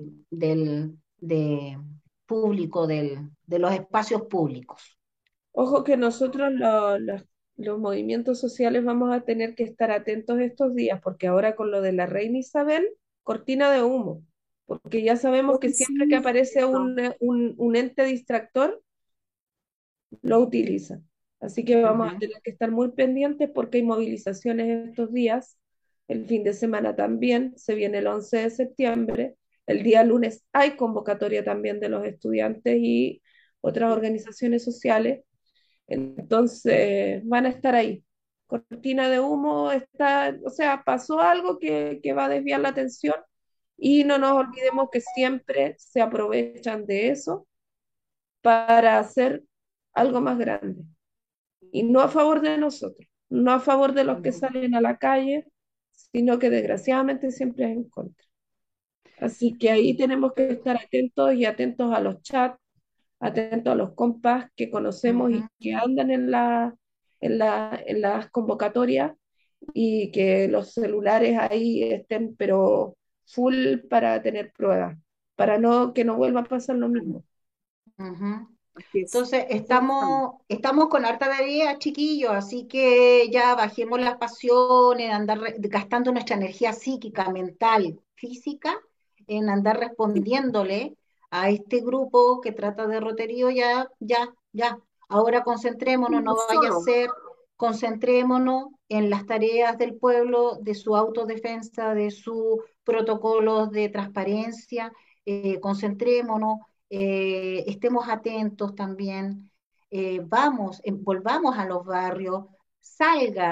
[SPEAKER 1] de público, de los espacios públicos.
[SPEAKER 2] Ojo que nosotros los movimientos sociales vamos a tener que estar atentos estos días, porque ahora con lo de la reina Isabel, cortina de humo, porque ya sabemos que
[SPEAKER 3] Uy,
[SPEAKER 2] siempre que
[SPEAKER 3] sí,
[SPEAKER 2] aparece
[SPEAKER 3] cierto.
[SPEAKER 2] un ente distractor, lo utiliza. Así que vamos a
[SPEAKER 1] Ujú,
[SPEAKER 2] tener que estar muy pendientes porque hay movilizaciones estos días, el fin de semana también, se viene el 11 de septiembre, el día lunes hay convocatoria también de los estudiantes y otras organizaciones sociales, entonces van a estar ahí. Cortina de humo está, o sea, pasó algo que va a desviar la atención y no nos olvidemos que siempre se aprovechan de eso para hacer algo más grande. Y no a favor de nosotros, no a favor de los que
[SPEAKER 1] ujú,
[SPEAKER 2] salen a la calle, sino que desgraciadamente siempre es en contra. Así que ahí tenemos que estar atentos y atentos a los chats, atentos a los compas que conocemos y
[SPEAKER 1] ujú.
[SPEAKER 2] que andan en las convocatorias y que los celulares ahí estén, pero full para tener pruebas, para no que no vuelva a pasar lo mismo.
[SPEAKER 1] Ujú.
[SPEAKER 3] Así es.
[SPEAKER 1] Entonces,
[SPEAKER 3] Así estamos.
[SPEAKER 1] estamos con harta tarea, chiquillos, así que ya bajemos las pasiones, andar gastando nuestra energía psíquica, mental, física, en andar respondiéndole a este grupo que trata de roterío, ya, ya, ya. Ahora concentrémonos,
[SPEAKER 3] Uno
[SPEAKER 1] no vaya a
[SPEAKER 3] solo.
[SPEAKER 1] ser, concentrémonos en las tareas del pueblo, de su autodefensa, de sus protocolos de transparencia, concentrémonos, estemos atentos también, volvamos a los barrios, salga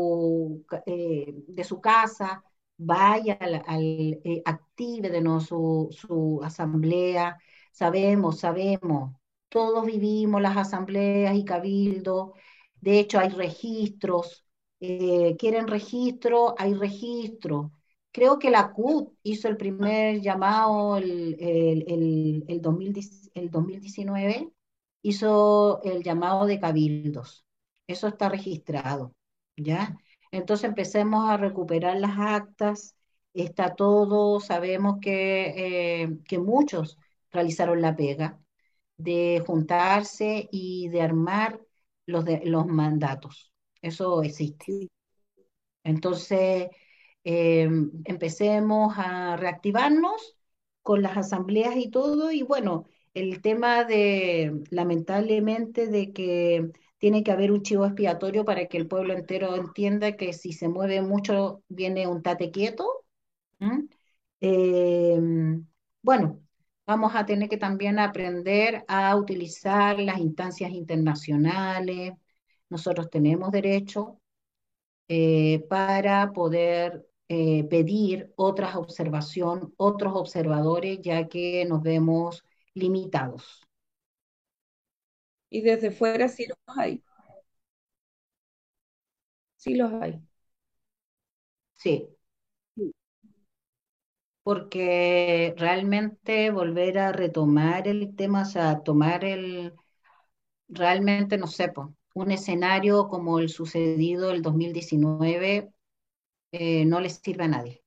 [SPEAKER 1] de su casa, vaya active de nuevo su asamblea. Sabemos, todos vivimos las asambleas y cabildos, de hecho hay registros, quieren registro, hay registro. Creo que la CUT hizo el primer llamado el 2019, hizo el llamado de cabildos. Eso está registrado, ¿ya? Entonces empecemos a recuperar las actas, está todo, sabemos que muchos realizaron la pega de juntarse y de armar los mandatos. Eso existe.
[SPEAKER 3] Sí.
[SPEAKER 1] Entonces, empecemos a reactivarnos con las asambleas y todo, y bueno, el tema de, lamentablemente, de que tiene que haber un chivo expiatorio para que el pueblo entero entienda que si se mueve mucho viene un tate quieto. ¿M? Eh, bueno, vamos a tener que también aprender a utilizar las instancias internacionales. Nosotros tenemos derecho para poder pedir otras observación, otros observadores, ya que nos vemos limitados.
[SPEAKER 2] Y desde fuera sí los hay, sí los hay.
[SPEAKER 1] Sí,
[SPEAKER 3] Sí.
[SPEAKER 1] porque realmente volver a retomar el tema, o sea, realmente, no sé, po, un escenario como el sucedido el 2019 no le sirve a nadie.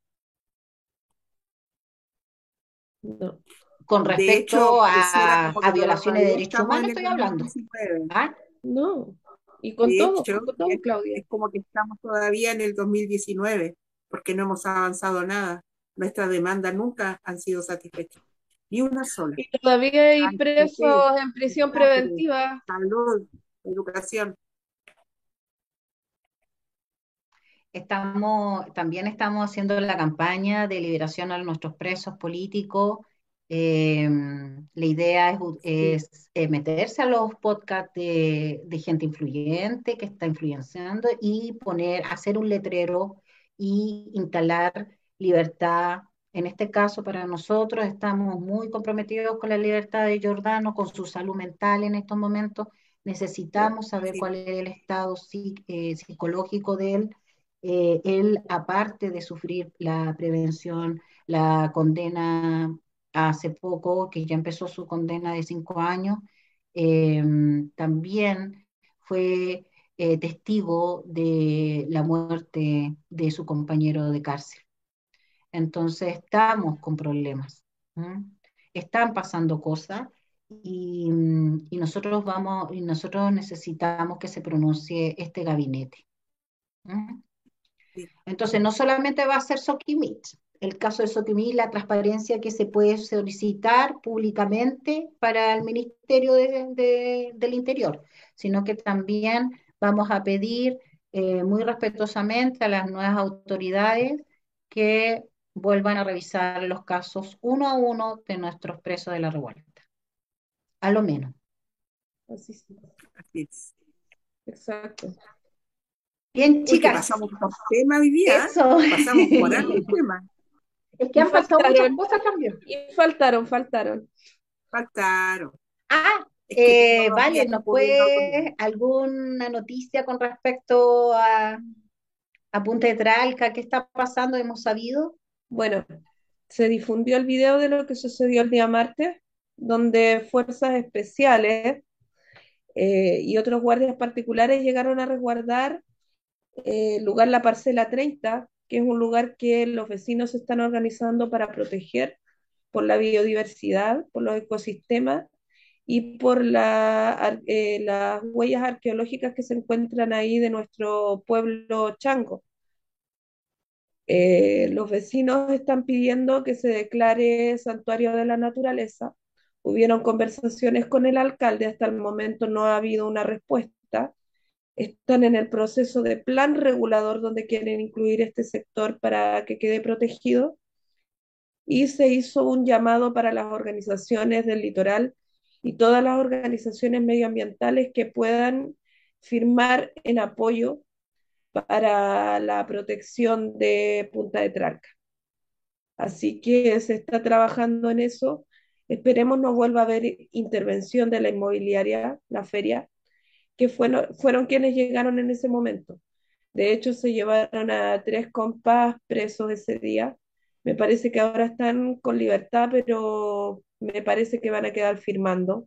[SPEAKER 2] No.
[SPEAKER 1] Con
[SPEAKER 3] De hecho,
[SPEAKER 1] respecto
[SPEAKER 3] pareciera como
[SPEAKER 1] a
[SPEAKER 3] que
[SPEAKER 1] violaciones de
[SPEAKER 3] todavía
[SPEAKER 1] derechos
[SPEAKER 3] estamos
[SPEAKER 1] humanos
[SPEAKER 3] en el
[SPEAKER 1] estoy hablando.
[SPEAKER 3] 2019.
[SPEAKER 1] ¿Ah?
[SPEAKER 2] No,
[SPEAKER 3] De hecho,
[SPEAKER 2] con todo, Claudia.
[SPEAKER 3] es como que estamos todavía en el 2019, porque no hemos avanzado nada. Nuestras demandas nunca han sido satisfechas, ni una sola.
[SPEAKER 2] Y todavía hay
[SPEAKER 3] AFP,
[SPEAKER 2] presos en prisión
[SPEAKER 3] ISAPRE,
[SPEAKER 2] preventiva.
[SPEAKER 3] salud, educación.
[SPEAKER 1] También estamos haciendo la campaña de liberación a nuestros presos políticos. La idea
[SPEAKER 3] Sí,
[SPEAKER 1] meterse a los podcasts de gente influyente que está influenciando y hacer un letrero y instalar libertad. En este caso, para nosotros, estamos muy comprometidos con la libertad de Giordano, con su salud mental en estos momentos. Necesitamos saber
[SPEAKER 3] sí,
[SPEAKER 1] cuál es el estado psicológico de él. Él, aparte de sufrir la prevención, la condena hace poco, que ya empezó su condena de 5 años, eh, también fue testigo de la muerte de su compañero de cárcel. Entonces estamos con problemas. ¿M? Están pasando cosas y nosotros necesitamos que se pronuncie este gabinete. ¿M?
[SPEAKER 3] Sí.
[SPEAKER 1] Entonces, no solamente va a ser Soquimich, el caso de Soquimich, la transparencia que se puede solicitar públicamente para el Ministerio del Interior, sino que también vamos a pedir muy respetuosamente a las nuevas autoridades que vuelvan a revisar los casos uno a uno de nuestros presos de la revuelta, a lo menos.
[SPEAKER 2] Así sí,
[SPEAKER 3] Así es.
[SPEAKER 2] exacto.
[SPEAKER 1] Bien,
[SPEAKER 3] Uy, que
[SPEAKER 1] chicas,
[SPEAKER 3] pasamos por tema hoy día, ¿eh?
[SPEAKER 1] eso.
[SPEAKER 3] Pasamos por alto tema.
[SPEAKER 1] Es que
[SPEAKER 2] Y
[SPEAKER 1] han pasado muchas
[SPEAKER 2] faltaron,
[SPEAKER 1] cosas también.
[SPEAKER 2] y faltaron.
[SPEAKER 3] Faltaron.
[SPEAKER 1] Ah,
[SPEAKER 3] Es que todos los días
[SPEAKER 1] vale,
[SPEAKER 3] está
[SPEAKER 1] ¿nos
[SPEAKER 3] ocurriendo algo nuevo.
[SPEAKER 1] puede alguna noticia con respecto a Punta de Tralca? ¿Qué está pasando? ¿Hemos sabido?
[SPEAKER 2] Bueno, se difundió el video de lo que sucedió el día martes, donde fuerzas especiales y otros guardias particulares llegaron a resguardar el lugar La Parcela 30, que es un lugar que los vecinos se están organizando para proteger por la biodiversidad, por los ecosistemas y por las huellas arqueológicas que se encuentran ahí de nuestro pueblo chango. Los vecinos están pidiendo que se declare santuario de la naturaleza. Hubieron conversaciones con el alcalde, hasta el momento no ha habido una respuesta. Están en el proceso de plan regulador donde quieren incluir este sector para que quede protegido y se hizo un llamado para las organizaciones del litoral y todas las organizaciones medioambientales que puedan firmar en apoyo para la protección de Punta de Tralca. Así que se está trabajando en eso. Esperemos no vuelva a haber intervención de la inmobiliaria, la feria, que fueron quienes llegaron en ese momento. De hecho, se llevaron a 3 compas presos ese día. Me parece que ahora están con libertad, pero me parece que van a quedar firmando.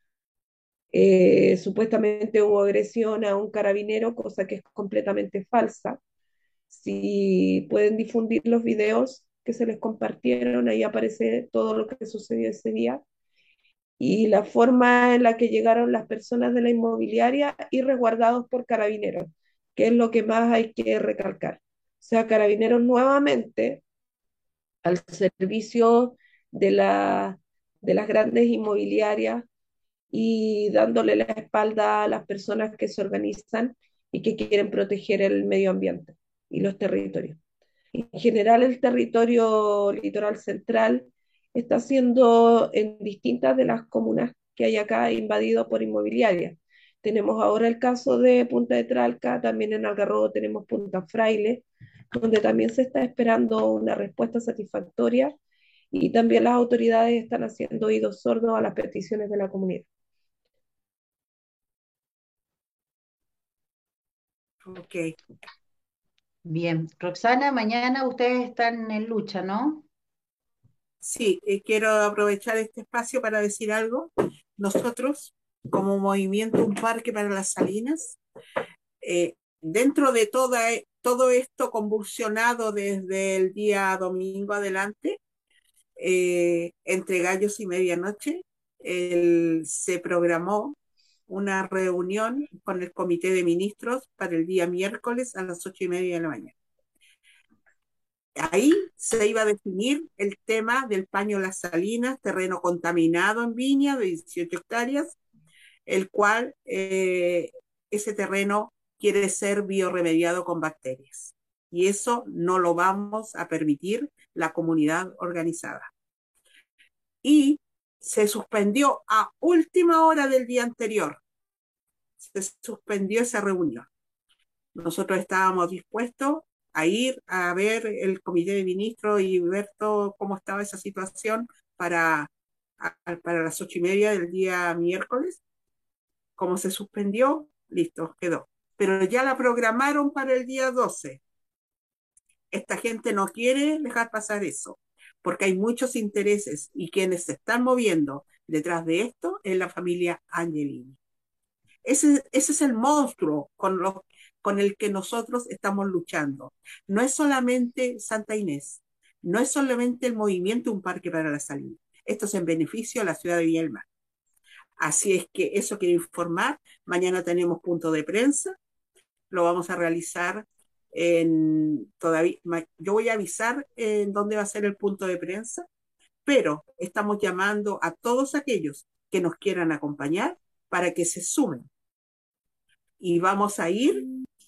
[SPEAKER 2] Supuestamente hubo agresión a un carabinero, cosa que es completamente falsa. Si pueden difundir los videos que se les compartieron, ahí aparece todo lo que sucedió ese día y la forma en la que llegaron las personas de la inmobiliaria y resguardados por carabineros, que es lo que más hay que recalcar. O sea, carabineros nuevamente al servicio de, de las grandes inmobiliarias y dándole la espalda a las personas que se organizan y que quieren proteger el medio ambiente y los territorios. En general, el territorio litoral central está siendo en distintas de las comunas que hay acá invadido por inmobiliarias. Tenemos ahora el caso de Punta de Tralca, también en Algarrobo tenemos Punta Fraile, donde también se está esperando una respuesta satisfactoria y también las autoridades están haciendo oídos sordos a las peticiones de la comunidad.
[SPEAKER 3] Ok.
[SPEAKER 1] Bien, Roxana, mañana ustedes están en lucha, ¿no?
[SPEAKER 3] Sí, quiero aprovechar este espacio para decir algo. Nosotros, como movimiento Un Parque para las Salinas, dentro de todo esto convulsionado desde el día domingo adelante, entre gallos y medianoche, se programó una reunión con el Comité de Ministros para el día miércoles a las 8:30 de la mañana. Ahí se iba a definir el tema del paño Las Salinas, terreno contaminado en Viña de 18 hectáreas, el cual ese terreno quiere ser bioremediado con bacterias. Y eso no lo vamos a permitir la comunidad organizada. Y se suspendió a última hora del día anterior. Se suspendió esa reunión. Nosotros estábamos dispuestos a ir a ver el comité de ministros y ver todo cómo estaba esa situación para las 8:30 del día miércoles. Como se suspendió, listo, quedó. Pero ya la programaron para el día 12. Esta gente no quiere dejar pasar eso, porque hay muchos intereses y quienes se están moviendo detrás de esto es la familia Angelini. Ese es el monstruo con el que nosotros estamos luchando. No es solamente Santa Inés, no es solamente el movimiento Un Parque para la Salud. Esto es en beneficio a la ciudad de Viña del Mar. Así es que eso quiero informar. Mañana tenemos punto de prensa. Lo vamos a realizar todavía. Yo voy a avisar en dónde va a ser el punto de prensa, pero estamos llamando a todos aquellos que nos quieran acompañar para que se sumen. Y vamos a ir.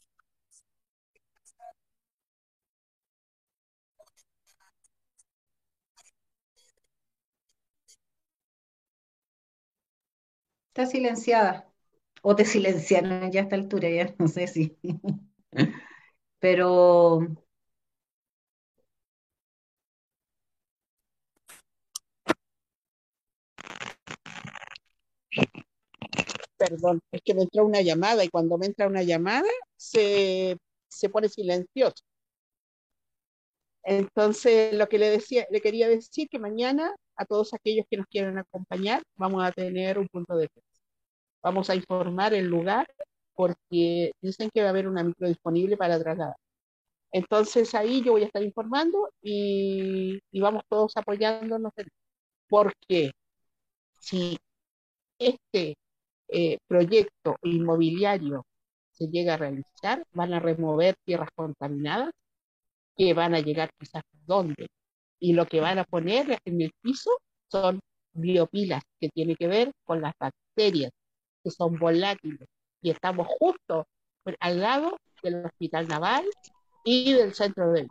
[SPEAKER 1] Está silenciada. O te silenciaron ya a esta altura, ya no sé si. Pero
[SPEAKER 3] Perdón, es que me entró una llamada y cuando me entra una llamada se pone silencioso. Entonces, lo que le quería decir que mañana a todos aquellos que nos quieran acompañar vamos a tener un punto de prensa. Vamos a informar el lugar porque dicen que va a haber una micro disponible para trasladar. Entonces ahí yo voy a estar informando y vamos todos apoyándonos porque si este proyecto inmobiliario se llega a realizar, van a remover tierras contaminadas que van a llegar quizás dónde. Y lo que van a poner en el piso son biopilas que tiene que ver con las bacterias, que son volátiles. Y estamos justo al lado del Hospital Naval y del Centro de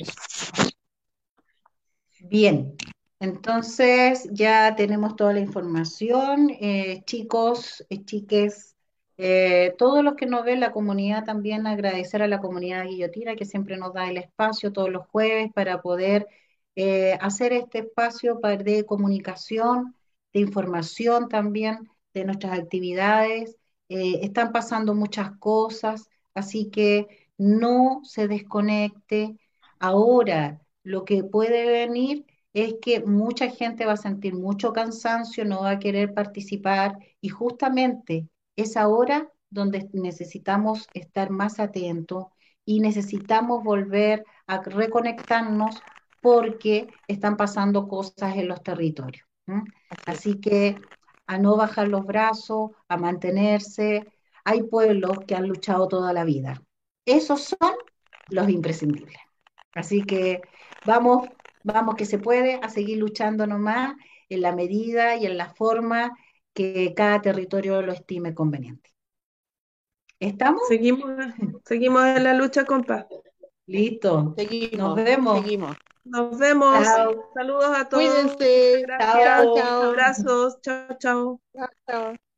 [SPEAKER 1] bien, entonces ya tenemos toda la información, chicos, chiques, todos los que nos ven, la comunidad también agradecer a la comunidad guillotina que siempre nos da el espacio todos los jueves para poder hacer este espacio de comunicación, de información también de nuestras actividades. Están pasando muchas cosas, así que no se desconecte. Ahora, lo que puede venir es que mucha gente va a sentir mucho cansancio, no va a querer participar y justamente es ahora donde necesitamos estar más atentos y necesitamos volver a reconectarnos porque están pasando cosas en los territorios. ¿M? Así que a no bajar los brazos, a mantenerse. Hay pueblos que han luchado toda la vida. Esos son los imprescindibles. Así que vamos, vamos que se puede, a seguir luchando nomás en la medida y en la forma que cada territorio lo estime conveniente. ¿Estamos?
[SPEAKER 2] Seguimos, seguimos en la lucha, compa.
[SPEAKER 1] Listo. Nos
[SPEAKER 3] Seguimos,
[SPEAKER 1] vemos.
[SPEAKER 3] seguimos.
[SPEAKER 2] Nos vemos.
[SPEAKER 1] Chao.
[SPEAKER 2] Saludos a todos. Muchas
[SPEAKER 3] Cuídense. Chao,
[SPEAKER 2] gracias.
[SPEAKER 1] Chao.
[SPEAKER 3] chao.
[SPEAKER 2] Abrazos. Chao, chao.
[SPEAKER 3] Chao, chao.